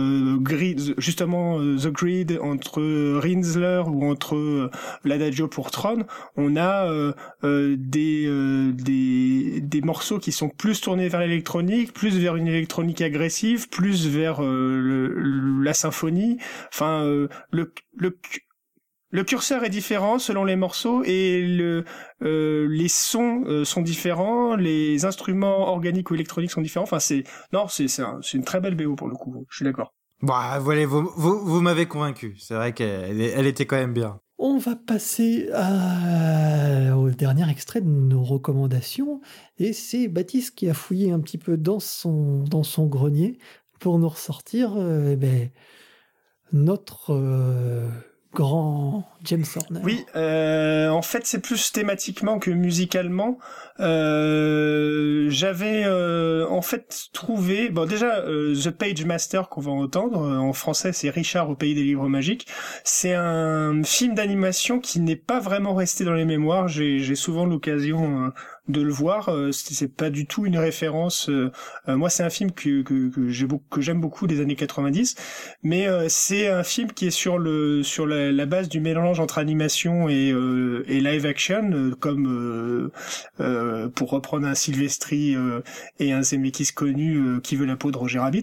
The Grid, entre Rinsler ou entre l'Adagio pour Tron, on a des morceaux qui sont plus tournés vers l'électronique, plus vers une électronique agressive, plus vers la symphonie. Enfin, le curseur est différent selon les morceaux, et les sons sont différents, les instruments organiques ou électroniques sont différents. Enfin, c'est une très belle BO pour le coup. Je suis d'accord. Bah, voilà, vous m'avez convaincu. C'est vrai qu'elle était quand même bien. On va passer au dernier extrait de nos recommandations, et c'est Baptiste qui a fouillé un petit peu dans son grenier pour nous ressortir notre grand James Horner. Oui, en fait, c'est plus thématiquement que musicalement. J'avais en fait trouvé, déjà The Page Master qu'on va entendre en français, c'est Richard au pays des livres magiques. C'est un film d'animation qui n'est pas vraiment resté dans les mémoires. J'ai souvent l'occasion de le voir. C'est pas du tout une référence. Moi, c'est un film que j'aime beaucoup des années 90, mais c'est un film qui est sur la base du mélange entre animation et live action, comme pour reprendre un Silvestri et un Zemeckis connu, Qui veut la peau de Roger Rabbit.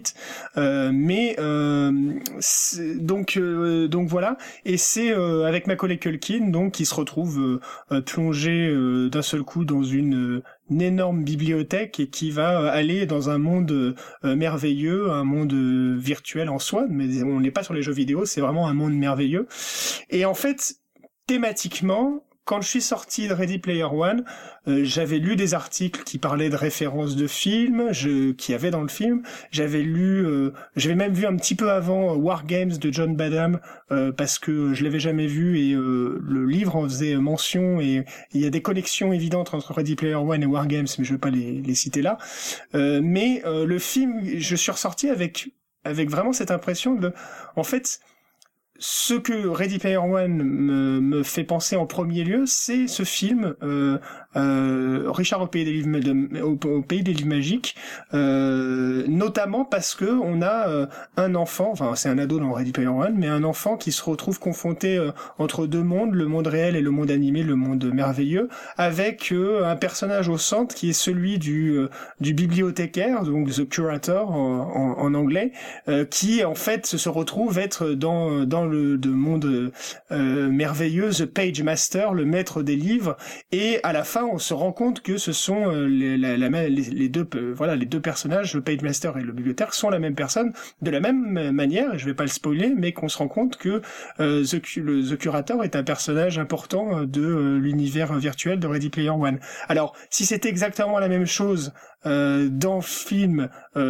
Donc voilà. Et c'est avec Macaulay Culkin, donc, qui se retrouve plongé d'un seul coup dans une énorme bibliothèque, et qui va aller dans un monde merveilleux, un monde virtuel en soi, mais on n'est pas sur les jeux vidéo, c'est vraiment un monde merveilleux. Et en fait, thématiquement, quand je suis sorti de Ready Player One, j'avais lu des articles qui parlaient de références de films, qu'il y avait dans le film. J'avais même vu un petit peu avant War Games de John Badham, parce que je l'avais jamais vu et le livre en faisait mention, et il y a des connexions évidentes entre Ready Player One et War Games, mais je vais pas les citer là. Mais le film, je suis ressorti avec vraiment cette impression en fait, ce que Ready Player One me fait penser en premier lieu, c'est ce film Richard au pays des livres magiques, notamment parce que on a un enfant, enfin c'est un ado dans Ready Player One, mais un enfant qui se retrouve confronté entre deux mondes, le monde réel et le monde animé, le monde merveilleux, avec un personnage au centre qui est celui du bibliothécaire, donc the curator en anglais, qui en fait se retrouve être dans le monde merveilleux, the page master, le maître des livres, et à la fin on se rend compte que ce sont les deux personnages, le page master et le bibliothécaire, sont la même personne de la même manière, et je vais pas le spoiler, mais qu'on se rend compte que the curator est un personnage important de l'univers virtuel de Ready Player One. Alors si c'était exactement la même chose dans le film,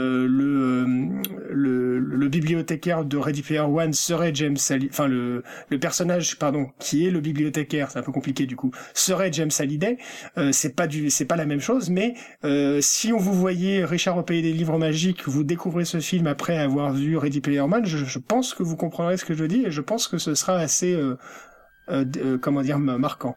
le bibliothécaire de Ready Player One serait James Hallyday, enfin le personnage qui est le bibliothécaire, c'est un peu compliqué du coup, serait James Hallyday. C'est pas la même chose, mais si on vous voyez Richard au pays des livres magiques, vous découvrez ce film après avoir vu Ready Player One, je pense que vous comprendrez ce que je dis, et je pense que ce sera assez marquant.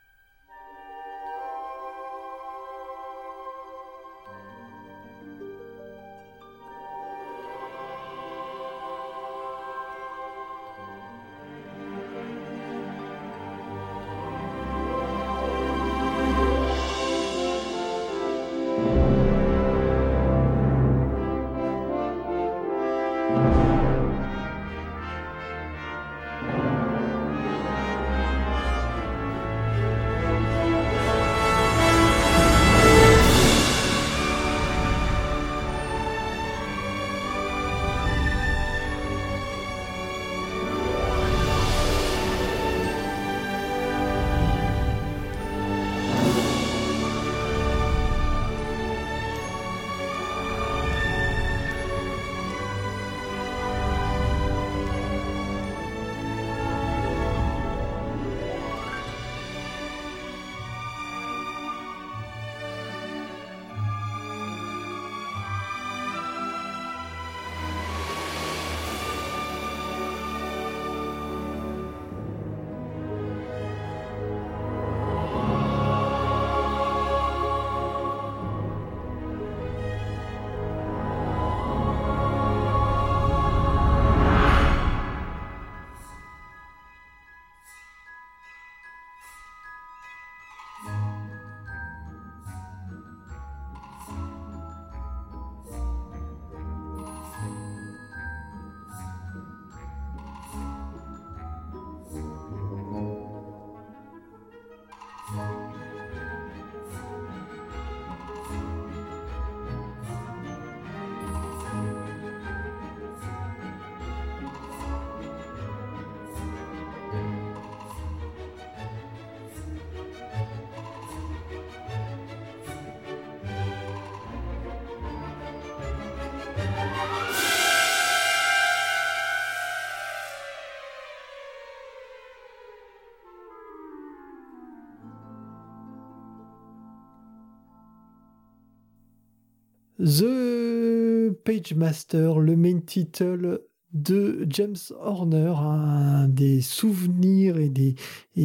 The Page Master, le main title de James Horner, un des souvenirs et des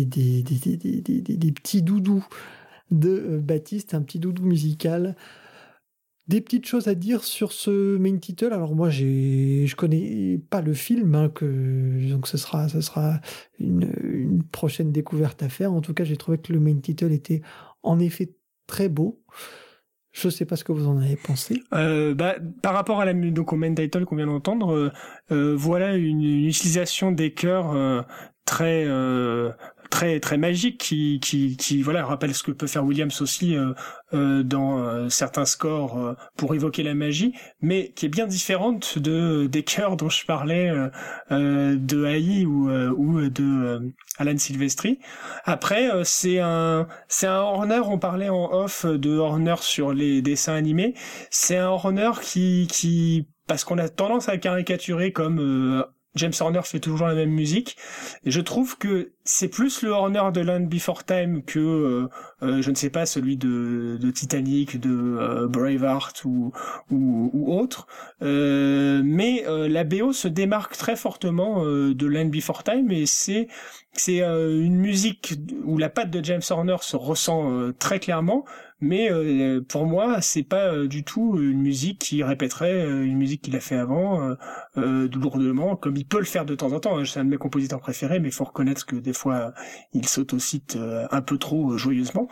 petits doudous de Baptiste, un petit doudou musical. Des petites choses à dire sur ce main title. Alors moi, je connais pas le film, donc ce sera une prochaine découverte à faire. En tout cas, j'ai trouvé que le main title était en effet très beau. Je sais pas ce que vous en avez pensé. Par rapport à donc au main title qu'on vient d'entendre, voilà une utilisation des chœurs très très très magique qui voilà rappelle ce que peut faire Williams aussi dans certains scores pour évoquer la magie, mais qui est bien différente des chœurs dont je parlais de Haï ou de Alan Silvestri. Après c'est un Horner, on parlait en off de Horner sur les dessins animés, c'est un Horner qui parce qu'on a tendance à caricaturer comme James Horner fait toujours la même musique. Et je trouve que c'est plus le Horner de Land Before Time que je ne sais pas, celui de Titanic, de Braveheart ou autre. Mais la BO se démarque très fortement de Land Before Time, et c'est une musique où la patte de James Horner se ressent très clairement. Mais pour moi, c'est pas du tout une musique qui répéterait une musique qu'il a fait avant lourdement, comme il peut le faire de temps en temps. Hein. C'est un de mes compositeurs préférés, mais il faut reconnaître que des fois, il s'autocite un peu trop joyeusement.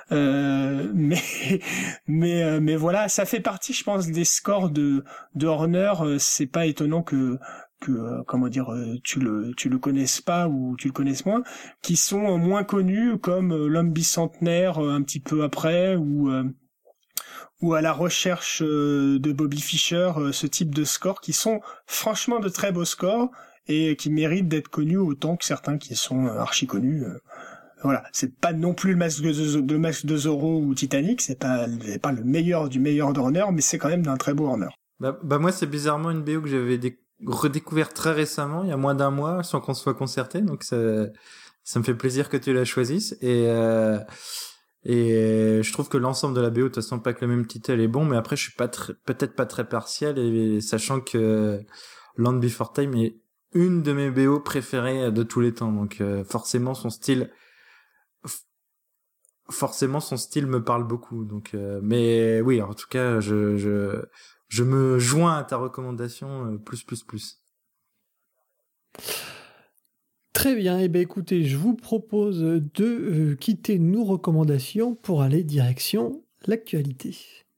Mais voilà, ça fait partie, je pense, des scores de Horner. C'est pas étonnant que comment dire, tu le connaisses pas ou tu le connaisses moins, qui sont moins connus, comme L'Homme bicentenaire un petit peu après, ou À la recherche de Bobby Fischer, ce type de scores qui sont franchement de très beaux scores et qui méritent d'être connus autant que certains qui sont archi connus. Voilà, c'est pas non plus le masque de Zorro ou Titanic, c'est pas le meilleur du meilleur d'Horner, mais c'est quand même d'un très beau Horner. Bah moi c'est bizarrement une BO que j'avais redécouvert très récemment, il y a moins d'un mois, sans qu'on soit concerté, donc ça me fait plaisir que tu la choisisses, et je trouve que l'ensemble de la BO, de toute façon, pas que le même titre, elle est bon, mais après je suis peut-être pas très partiel, et sachant que Land Before Time est une de mes BO préférées de tous les temps, donc forcément son style me parle beaucoup, donc mais oui, en tout cas je me joins à ta recommandation plus. Très bien, et bien écoutez, je vous propose de quitter nos recommandations pour aller direction l'actualité.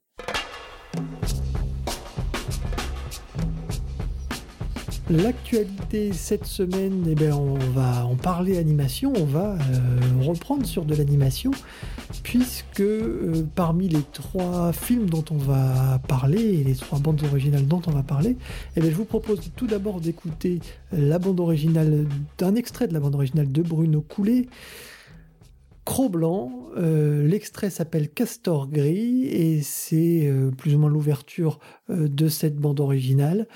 L'actualité cette semaine, eh ben on va en parler animation, on va reprendre sur de l'animation, puisque parmi les 3 films dont on va parler, et les 3 bandes originales dont on va parler, eh ben je vous propose tout d'abord d'écouter la bande originale, d'un extrait de la bande originale de Bruno Coulet, Cro-Blanc. L'extrait s'appelle Castor Gris, et c'est plus ou moins l'ouverture de cette bande originale.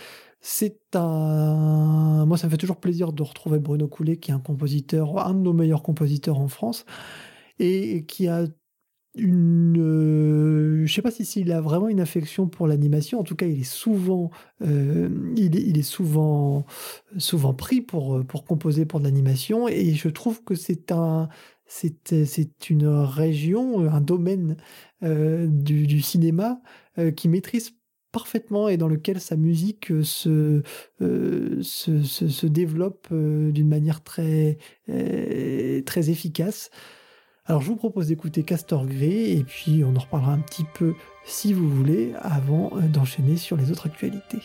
Moi, ça me fait toujours plaisir de retrouver Bruno Coulet, qui est un de nos meilleurs compositeurs en France, et qui a je sais pas s'il a vraiment une affection pour l'animation. En tout cas, il est souvent, il est souvent pris pour composer pour de l'animation, et je trouve que c'est une région, un domaine du cinéma qui maîtrise parfaitement, et dans lequel sa musique se développe d'une manière très efficace. Alors je vous propose d'écouter Castor Gris, et puis on en reparlera un petit peu si vous voulez, avant d'enchaîner sur les autres actualités.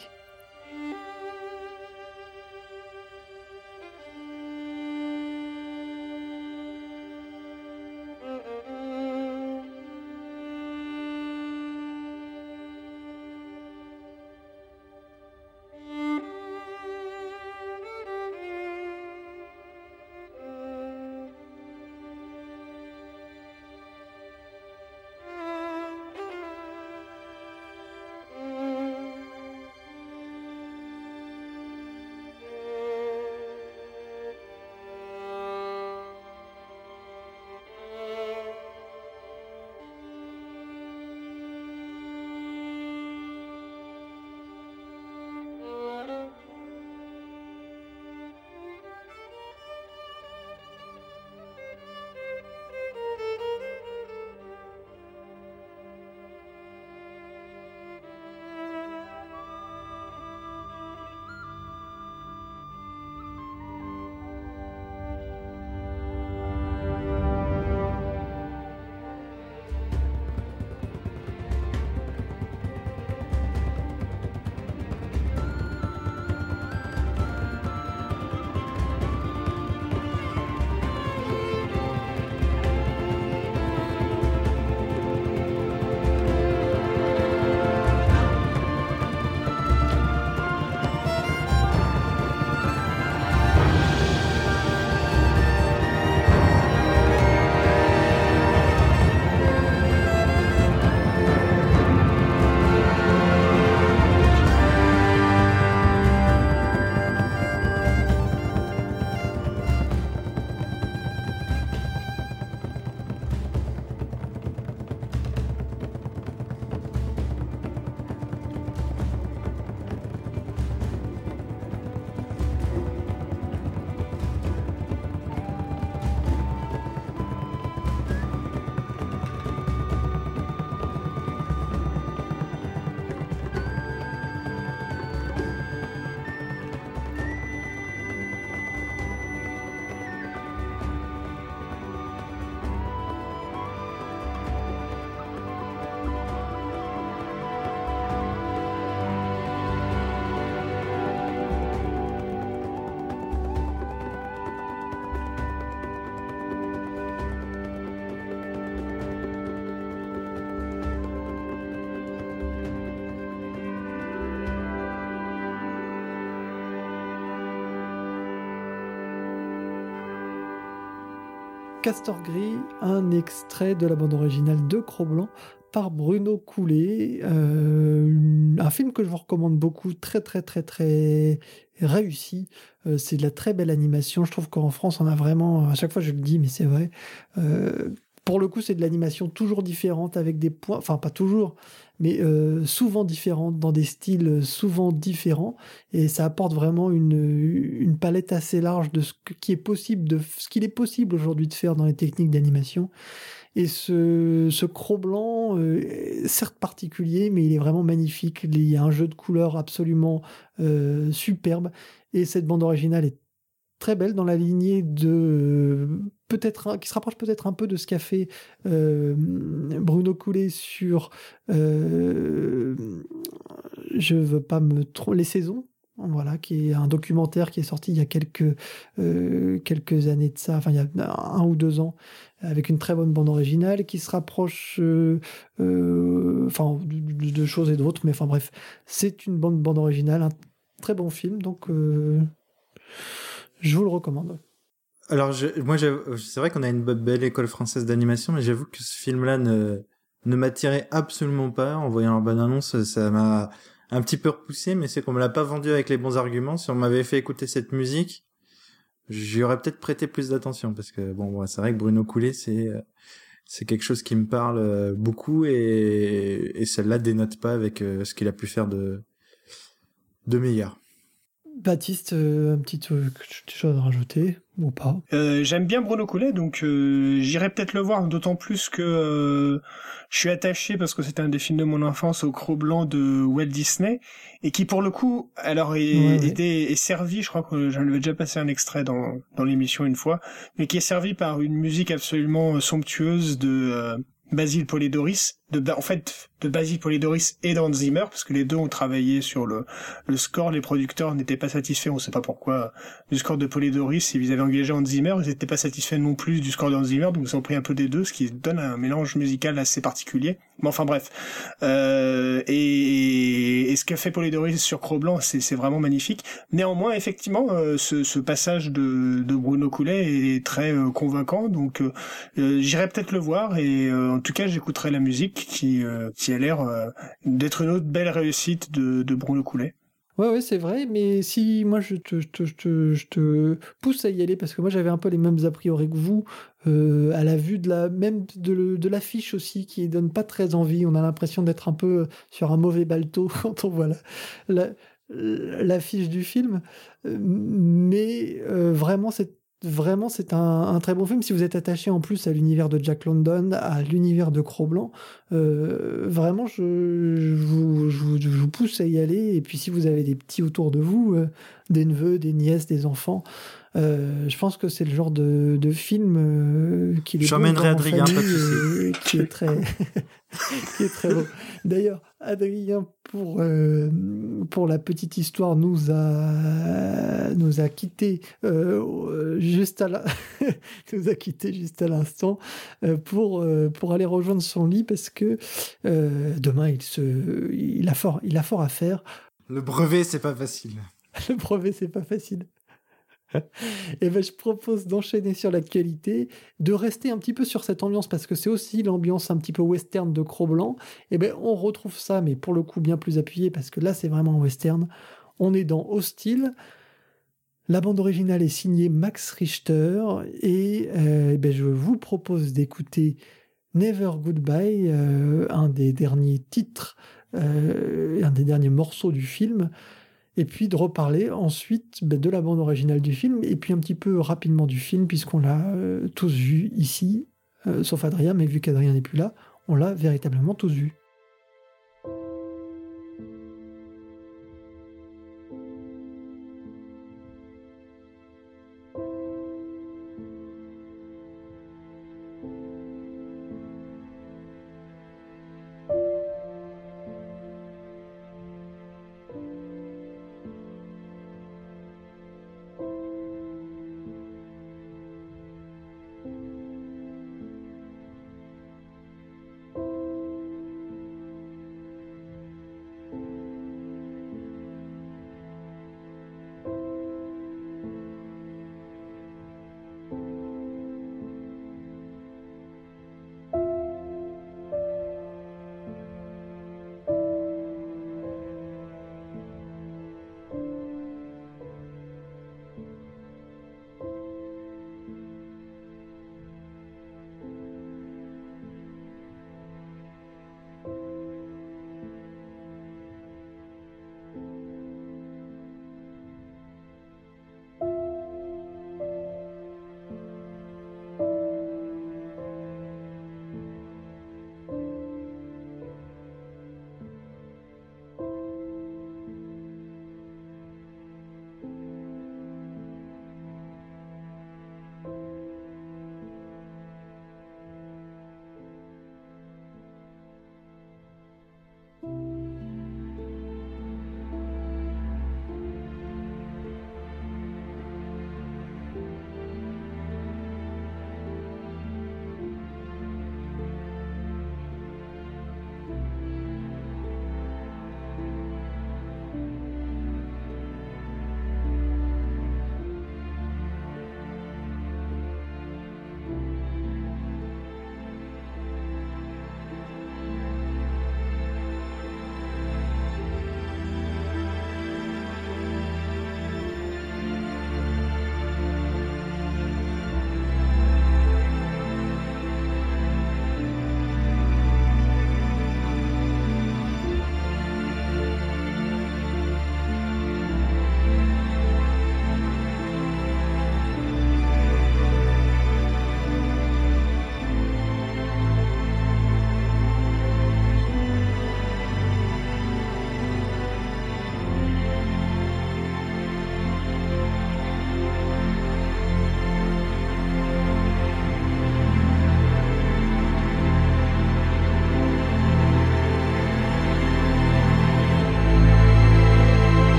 Castor Gris, un extrait de la bande originale de Cro-Blanc par Bruno Coulet. Un film que je vous recommande beaucoup, très très très très réussi. C'est de la très belle animation. Je trouve qu'en France, on a vraiment, à chaque fois je le dis, mais c'est vrai. Pour le coup, c'est de l'animation toujours différente avec des points, enfin pas toujours, mais souvent différente, dans des styles souvent différents, et ça apporte vraiment une palette assez large de qui est possible, de ce qu'il est possible aujourd'hui de faire dans les techniques d'animation. Et ce Cro-Blanc, certes particulier, mais il est vraiment magnifique. Il y a un jeu de couleurs absolument superbe, et cette bande originale est très belle dans la lignée de qui se rapproche peut-être un peu de ce qu'a fait Bruno Coulet sur je veux pas me tromper, Les Saisons, voilà, qui est un documentaire qui est sorti il y a quelques années de ça, enfin il y a 1 ou 2 ans, avec une très bonne bande originale qui se rapproche enfin de choses et d'autres, mais enfin bref, c'est une bande originale, un très bon film, donc je vous le recommande. Alors, moi, c'est vrai qu'on a une belle école française d'animation, mais j'avoue que ce film-là ne m'attirait absolument pas. En voyant la bande-annonce, ça m'a un petit peu repoussé, mais c'est qu'on me l'a pas vendu avec les bons arguments. Si on m'avait fait écouter cette musique, j'y aurais peut-être prêté plus d'attention, parce que bon, c'est vrai que Bruno Coulet, c'est quelque chose qui me parle beaucoup, et celle-là dénote pas avec ce qu'il a pu faire de meilleur. Baptiste, un petit chose à rajouter ou pas? J'aime bien Bruno Coulet, donc j'irai peut-être le voir, d'autant plus que je suis attaché, parce que c'était un des films de mon enfance, au Cro-Blanc de Walt Disney, et qui pour le coup, alors est servi, je crois que j'en avais déjà passé un extrait dans l'émission une fois, mais qui est servi par une musique absolument somptueuse de Basil Polidoris, de Basil Polidoris et d'Hans Zimmer, parce que les deux ont travaillé sur le score. Les producteurs n'étaient pas satisfaits, on sait pas pourquoi, du score de Polidoris. Ils avaient engagé Hans Zimmer, ils n'étaient pas satisfaits non plus du score d'Hans Zimmer, donc ils ont pris un peu des deux, ce qui donne un mélange musical assez particulier. Mais enfin bref, et ce qu'a fait Polidoris sur Cro-Blanc, c'est vraiment magnifique. Néanmoins, effectivement, ce passage de Bruno Coulet est très convaincant, donc j'irai peut-être le voir, et en tout cas j'écouterai la musique qui a l'air d'être une autre belle réussite de Bruno Coulet. Ouais, c'est vrai, mais si moi je te pousse à y aller, parce que moi j'avais un peu les mêmes a priori que vous, à la vue de l'affiche aussi, qui donne pas très envie. On a l'impression d'être un peu sur un mauvais balto quand on voit l'affiche du film, mais vraiment c'est un très bon film. Si vous êtes attaché en plus à l'univers de Jack London, à l'univers de Cro-Blanc, vraiment je vous pousse à y aller. Et puis si vous avez des petits autour de vous, des neveux, des nièces, des enfants, je pense que c'est le genre de film qui est j'emmènerai Adrien, pas de souci, qui est très qui est très beau. D'ailleurs, Adrien, pour la petite histoire, nous a quitté juste à nous a quitté juste à l'instant pour aller rejoindre son lit, parce que demain il a fort à faire. Le brevet, c'est pas facile. Le brevet, c'est pas facile. Et ben, je propose d'enchaîner sur l'actualité, de rester un petit peu sur cette ambiance, parce que c'est aussi l'ambiance un petit peu western de Cro-Blanc. Et ben, on retrouve ça, mais pour le coup bien plus appuyé, parce que là c'est vraiment western. On est dans Hostile. La bande originale est signée Max Richter, et ben, je vous propose d'écouter Never Goodbye, un des derniers titres, un des derniers morceaux du film. Et puis de reparler ensuite de la bande originale du film, et puis un petit peu rapidement du film, puisqu'on l'a tous vu ici, sauf Adrien, mais vu qu'Adrien n'est plus là, on l'a véritablement tous vu.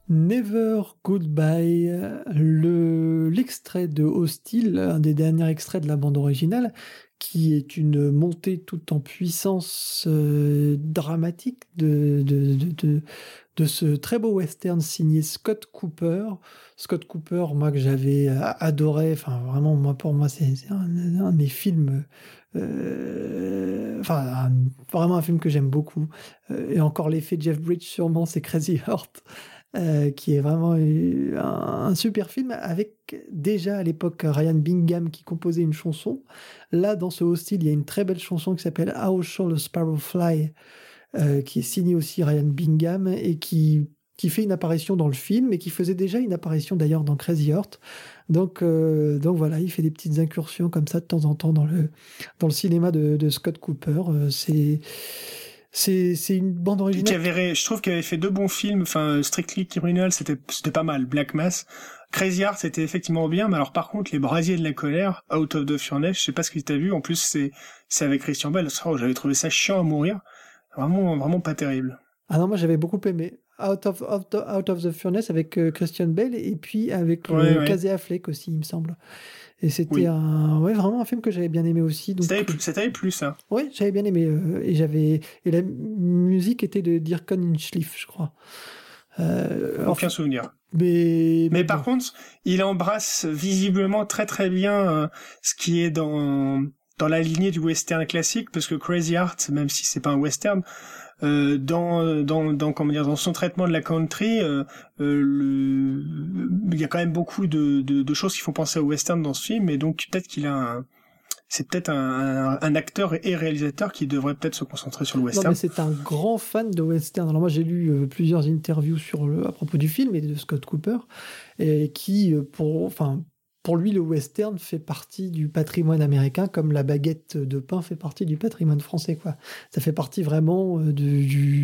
Never Goodbye, l'extrait de Hostile, un des derniers extraits de la bande originale, qui est une montée tout en puissance dramatique de ce très beau western signé Scott Cooper. Scott Cooper, moi que j'avais adoré, enfin vraiment moi pour moi c'est un de mes films, vraiment un film que j'aime beaucoup. Et encore l'effet Jeff Bridges sûrement, c'est Crazy Heart. Qui est vraiment un super film avec déjà à l'époque Ryan Bingham qui composait une chanson. Là, dans ce Hostile, il y a une très belle chanson qui s'appelle How Shall a Sparrow Fly, qui est signée aussi Ryan Bingham et qui fait une apparition dans le film et qui faisait déjà une apparition d'ailleurs dans Crazy Heart. Donc voilà, il fait des petites incursions comme ça de temps en temps dans le cinéma de Scott Cooper. C'est une bande originale. Je trouve qu'il avait fait 2 bons films. Enfin, Strictly Criminal, c'était pas mal. Black Mass. Crazy Heart, c'était effectivement bien. Mais alors, par contre, Les Brasiers de la colère, Out of the Furnace, je sais pas ce que t'as vu. En plus, c'est avec Christian Bale. Oh, j'avais trouvé ça chiant à mourir. Vraiment, vraiment pas terrible. Ah non, moi, j'avais beaucoup aimé. Out of the Furnace avec Christian Bale et puis avec Casey Affleck aussi, il me semble. Et c'était vraiment un film que j'avais bien aimé aussi. Donc, ça t'avait plu, ça? Oui, j'avais bien aimé. Et la musique était de Dirkon Inchleaf, je crois. Aucun souvenir. Mais par contre, il embrasse visiblement très très bien ce qui est dans la lignée du western classique, parce que Crazy Heart, même si c'est pas un western, dans son traitement de la country, il y a quand même beaucoup de choses qui font penser au western dans ce film, et donc peut-être c'est peut-être un acteur et réalisateur qui devrait peut-être se concentrer sur le western. Non, mais c'est un grand fan de western. Alors moi, j'ai lu plusieurs interviews à propos du film et de Scott Cooper, et qui, pour lui, le western fait partie du patrimoine américain, comme la baguette de pain fait partie du patrimoine français, quoi. Ça fait partie vraiment du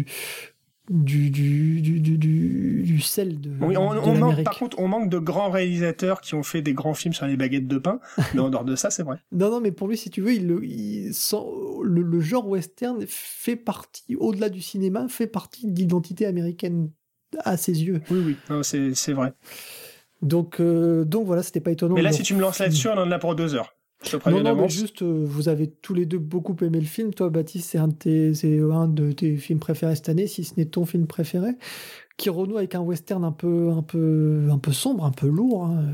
sel de l'Amérique. Par contre, on manque de grands réalisateurs qui ont fait des grands films sur les baguettes de pain, mais en dehors de ça, c'est vrai. Non, mais pour lui, si tu veux, le genre western fait partie, au-delà du cinéma, fait partie de l'identité américaine à ses yeux. Oui, non, c'est vrai. Donc voilà, c'était pas étonnant. Mais là, si tu me lances là-dessus, on en a pour 2 heures. Je te préviens d'avance. Mais juste, vous avez tous les deux beaucoup aimé le film. Toi, Baptiste, c'est un de tes films préférés cette année, si ce n'est ton film préféré, qui renoue avec un western un peu sombre, un peu lourd. Hein,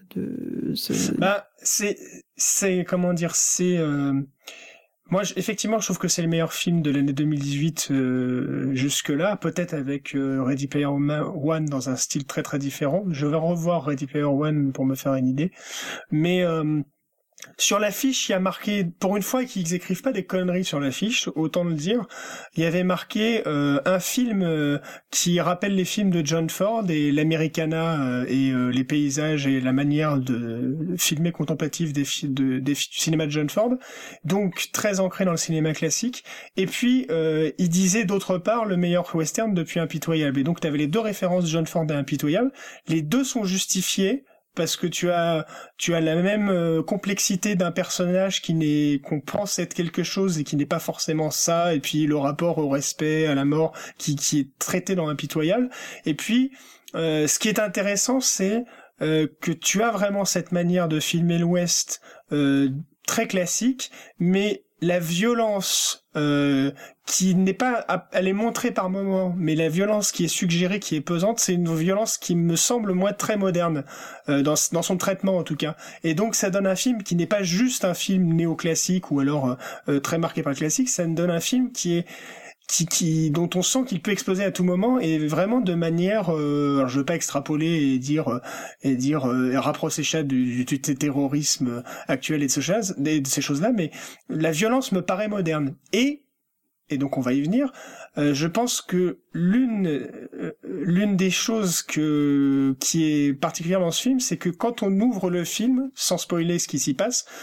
c'est comment dire, moi, effectivement, je trouve que c'est le meilleur film de l'année 2018 jusque-là, peut-être avec Ready Player One dans un style très très différent. Je vais revoir Ready Player One pour me faire une idée. Mais sur l'affiche, il y a marqué, pour une fois qu'ils écrivent pas des conneries sur l'affiche, autant le dire, il y avait marqué un film qui rappelle les films de John Ford et l'Americana et les paysages et la manière de filmer contemplatif du cinéma de John Ford, donc très ancré dans le cinéma classique. Et puis il disait d'autre part le meilleur western depuis Impitoyable. Et donc tu avais les 2 références John Ford et Impitoyable. Les 2 sont justifiées parce que tu as la même complexité d'un personnage qu'on pense être quelque chose et qui n'est pas forcément ça, et puis le rapport au respect, à la mort qui est traité dans Impitoyable. Et puis ce qui est intéressant, c'est que tu as vraiment cette manière de filmer l'Ouest très classique, mais la violence qui n'est pas, elle est montrée par moments, mais la violence qui est suggérée, qui est pesante, c'est une violence qui me semble moi très moderne dans son traitement en tout cas. Et donc ça donne un film qui n'est pas juste un film néoclassique ou alors très marqué par le classique, ça me donne un film dont on sent qu'il peut exploser à tout moment, et vraiment de manière alors je veux pas extrapoler et dire rapprocher ça du terrorisme actuel et de ces choses-là, mais la violence me paraît moderne, et donc on va y venir. Je pense que l'une des choses qui est particulière dans ce film, c'est que quand on ouvre le film, sans spoiler ce qui s'y passe,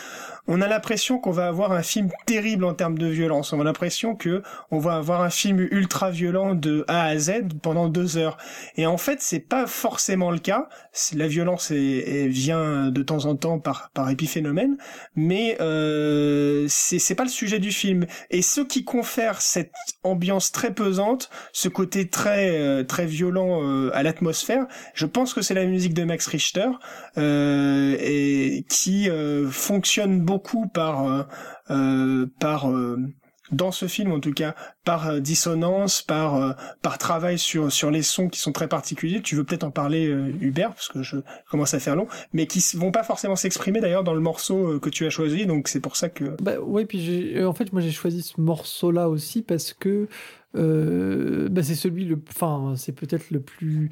on a l'impression qu'on va avoir un film terrible en termes de violence. On a l'impression que on va avoir un film ultra violent de A à Z pendant 2 heures. Et en fait, c'est pas forcément le cas. La violence vient de temps en temps par épiphénomène, mais c'est pas le sujet du film. Et ce qui confère cette ambiance très pesante, ce côté très très violent à l'atmosphère, je pense que c'est la musique de Max Richter et qui fonctionne beaucoup dans ce film en tout cas par dissonance, par travail sur les sons qui sont très particuliers. Tu veux peut-être en parler Hubert, parce que je commence à faire long, mais qui vont pas forcément s'exprimer d'ailleurs dans le morceau que tu as choisi, donc c'est pour ça que ouais, puis en fait moi j'ai choisi ce morceau là aussi parce que c'est c'est peut-être le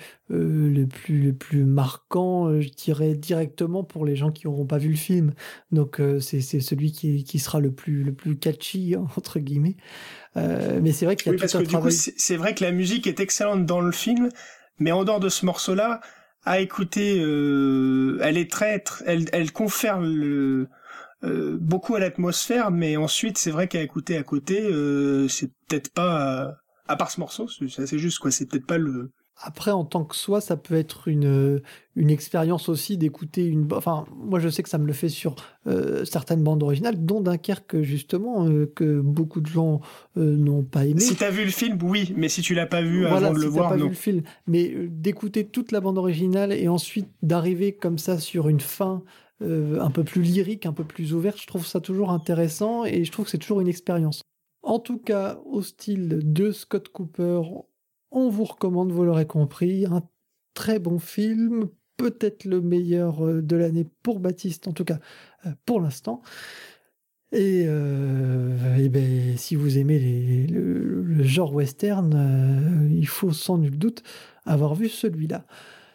plus marquant, je dirais directement pour les gens qui n'auront pas vu le film. Donc c'est celui qui sera le plus catchy entre guillemets. Mais c'est vrai qu'il y a tout un travail. Du coup, c'est vrai que la musique est excellente dans le film, mais en dehors de ce morceau-là, à écouter, elle est elle confère beaucoup à l'atmosphère, mais ensuite c'est vrai qu'à écouter à côté, c'est peut-être pas à part ce morceau, c'est assez juste quoi, c'est peut-être pas le. Après, en tant que soi, ça peut être une expérience aussi d'écouter enfin, moi je sais que ça me le fait sur certaines bandes originales, dont Dunkerque justement, que beaucoup de gens n'ont pas aimé. Si t'as vu le film, oui, mais si tu l'as pas vu avant de le voir, non. Vu le film, mais d'écouter toute la bande originale et ensuite d'arriver comme ça sur une fin un peu plus lyrique, un peu plus ouverte, je trouve ça toujours intéressant et je trouve que c'est toujours une expérience. En tout cas, au style de Scott Cooper, on vous recommande, vous l'aurez compris, un très bon film, peut-être le meilleur de l'année pour Baptiste, en tout cas pour l'instant. Et si vous aimez le genre western, il faut sans nul doute avoir vu celui-là.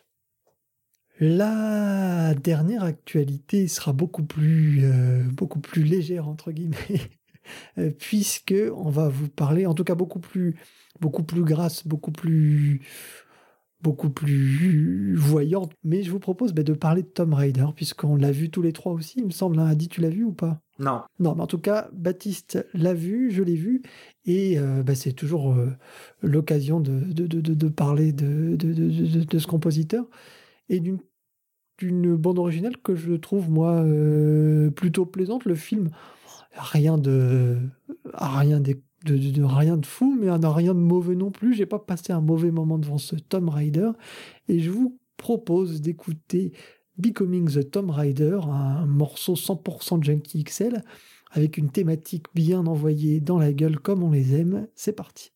La dernière actualité sera beaucoup plus légère, entre guillemets, puisque on va vous parler, en tout cas beaucoup plus grasse, beaucoup plus voyante, mais je vous propose de parler de Tomb Raider, puisqu'on l'a vu tous les trois aussi, il me semble. Adi, tu l'as vu ou pas? Non. Non, mais en tout cas, Baptiste l'a vu, je l'ai vu, et c'est toujours l'occasion de parler de ce compositeur, et d'une bande originale que je trouve, moi, plutôt plaisante. Le film, rien de fou, mais rien de mauvais non plus. J'ai pas passé un mauvais moment devant ce Tomb Raider, et je vous propose d'écouter Becoming the Tomb Raider, un morceau 100% Junkie XL, avec une thématique bien envoyée dans la gueule comme on les aime. C'est parti.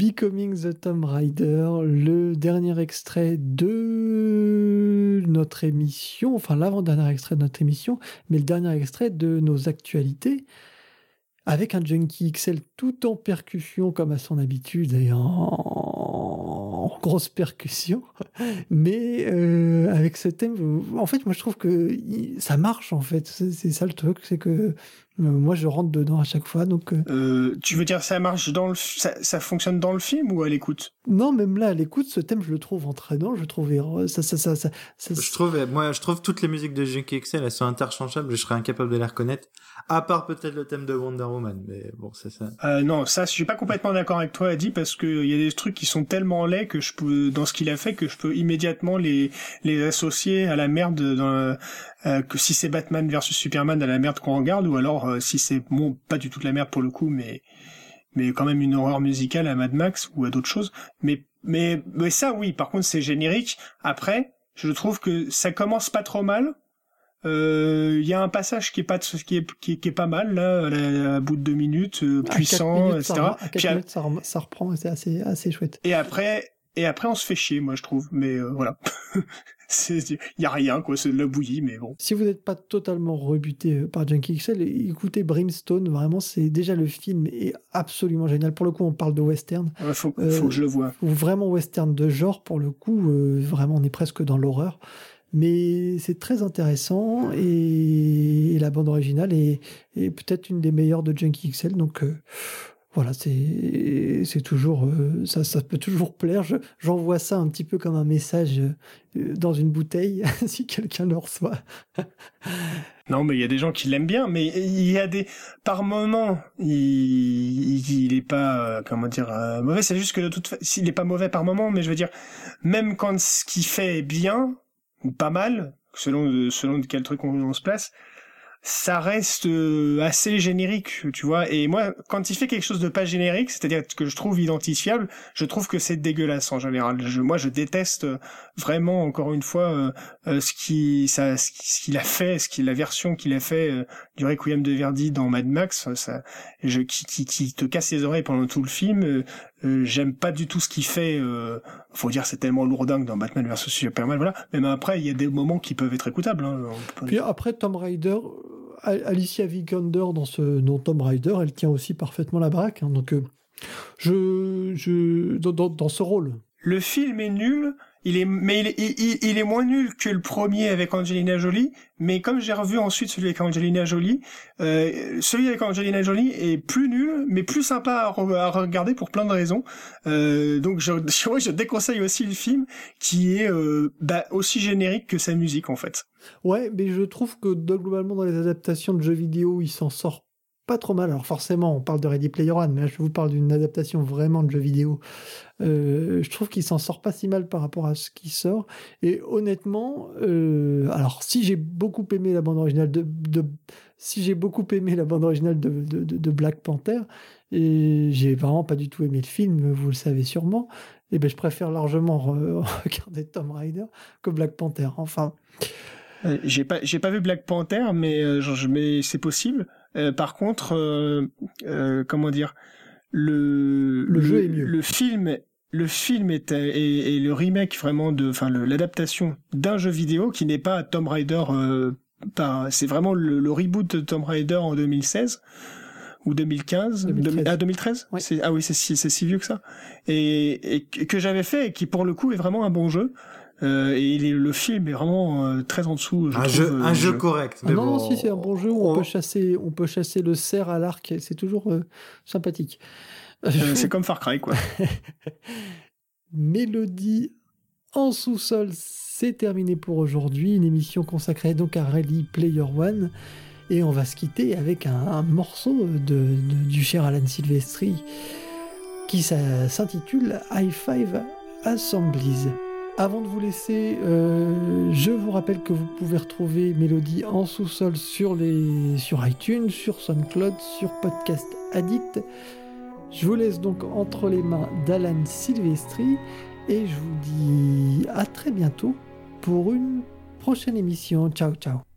Becoming the Tomb Raider, le dernier extrait de notre émission, enfin l'avant-dernier extrait de notre émission, mais le dernier extrait de nos actualités, avec un Junkie XL tout en percussion comme à son habitude et en grosse percussion, mais avec ce thème, en fait moi je trouve que ça marche en fait, c'est ça le truc, c'est que moi je rentre dedans à chaque fois, donc tu veux dire ça marche ça fonctionne dans le film ou à l'écoute? Non, même là à l'écoute, ce thème je le trouve entraînant, je trouve je trouve toutes les musiques de Junkie XL elles sont interchangeables, je serais incapable de les reconnaître, à part peut-être le thème de Wonder Woman, mais bon c'est ça. Non, ça je suis pas complètement d'accord avec toi, Adi, parce que il y a des trucs qui sont tellement laids que je peux, dans ce qu'il a fait, que je peux immédiatement les associer à la merde que si c'est Batman versus Superman, à la merde qu'on regarde, ou alors si c'est bon, pas du tout de la merde pour le coup, mais quand même une horreur musicale à Mad Max ou à d'autres choses. Mais ça oui, par contre c'est générique. Après, je trouve que ça commence pas trop mal. Il y a un passage qui est pas mal là, à bout de 2 minutes, puissant, minutes, etc. À 4 minutes, ça reprend, et c'est assez chouette. Et après on se fait chier, moi je trouve, mais voilà. Il y a rien quoi, c'est de la bouillie, mais bon. Si vous n'êtes pas totalement rebuté par Junkie XL, écoutez Brimstone, vraiment c'est déjà, le film est absolument génial. Pour le coup on parle de western. Ouais, faut que je le voie. Vraiment western de genre pour le coup, vraiment on est presque dans l'horreur. Mais c'est très intéressant et la bande originale est peut-être une des meilleures de Junkie XL, donc voilà, c'est toujours ça peut toujours plaire. J'envoie ça un petit peu comme un message dans une bouteille si quelqu'un le reçoit. Non, mais il y a des gens qui l'aiment bien, mais il y a par moments, il est pas mauvais. C'est juste que de toute façon, il est pas mauvais par moment, mais je veux dire, même quand ce qu'il fait est bien ou pas mal, selon de quel truc on se place, ça reste assez générique, tu vois. Et moi, quand il fait quelque chose de pas générique, c'est-à-dire que je trouve identifiable, je trouve que c'est dégueulasse en général. Moi, je déteste vraiment, encore une fois, ce qu'il a fait, la version qu'il a fait du Requiem de Verdi dans Mad Max, qui te casse les oreilles pendant tout le film. J'aime pas du tout ce qu'il fait. Faut dire, c'est tellement lourdingue dans Batman vs Superman, voilà. Même après, il y a des moments qui peuvent être écoutables. Hein. Puis après, Tomb Raider, Alicia Vikander dans Tomb Raider, elle tient aussi parfaitement la baraque. Hein. Donc, dans ce rôle. Le film est nul. Il est moins nul que le premier avec Angelina Jolie, mais comme j'ai revu ensuite celui avec Angelina Jolie, celui avec Angelina Jolie est plus nul, mais plus sympa à regarder pour plein de raisons. Donc je déconseille aussi le film, qui est aussi générique que sa musique en fait. Ouais, mais je trouve que globalement dans les adaptations de jeux vidéo, il s'en sort pas trop mal. Alors forcément, on parle de Ready Player One, mais là je vous parle d'une adaptation vraiment de jeu vidéo. Je trouve qu'il s'en sort pas si mal par rapport à ce qui sort. Et honnêtement, alors si j'ai beaucoup aimé la bande originale de Black Panther, et j'ai vraiment pas du tout aimé le film, vous le savez sûrement, et ben je préfère largement regarder Tomb Raider que Black Panther. Enfin. J'ai pas vu Black Panther, mais c'est possible. Par contre, comment dire, le jeu est mieux. Le film et le remake vraiment l'adaptation d'un jeu vidéo qui n'est pas Tomb Raider, c'est vraiment le reboot de Tomb Raider en 2016 ou 2015, 2013. Ouais. C'est si vieux que ça. Et que j'avais fait et qui pour le coup est vraiment un bon jeu. Et le film est vraiment très en dessous. Un jeu correct. Mais non, si c'est un bon jeu où on peut chasser le cerf à l'arc, c'est toujours sympathique. C'est comme Far Cry, quoi. Mélodie en sous-sol, c'est terminé pour aujourd'hui. Une émission consacrée donc à Ready Player One. Et on va se quitter avec un morceau du cher Alan Silvestri qui s'intitule High Five Assemblies. Avant de vous laisser, je vous rappelle que vous pouvez retrouver Mélodie en sous-sol sur iTunes, sur SoundCloud, sur Podcast Addict. Je vous laisse donc entre les mains d'Alan Silvestri et je vous dis à très bientôt pour une prochaine émission. Ciao, ciao.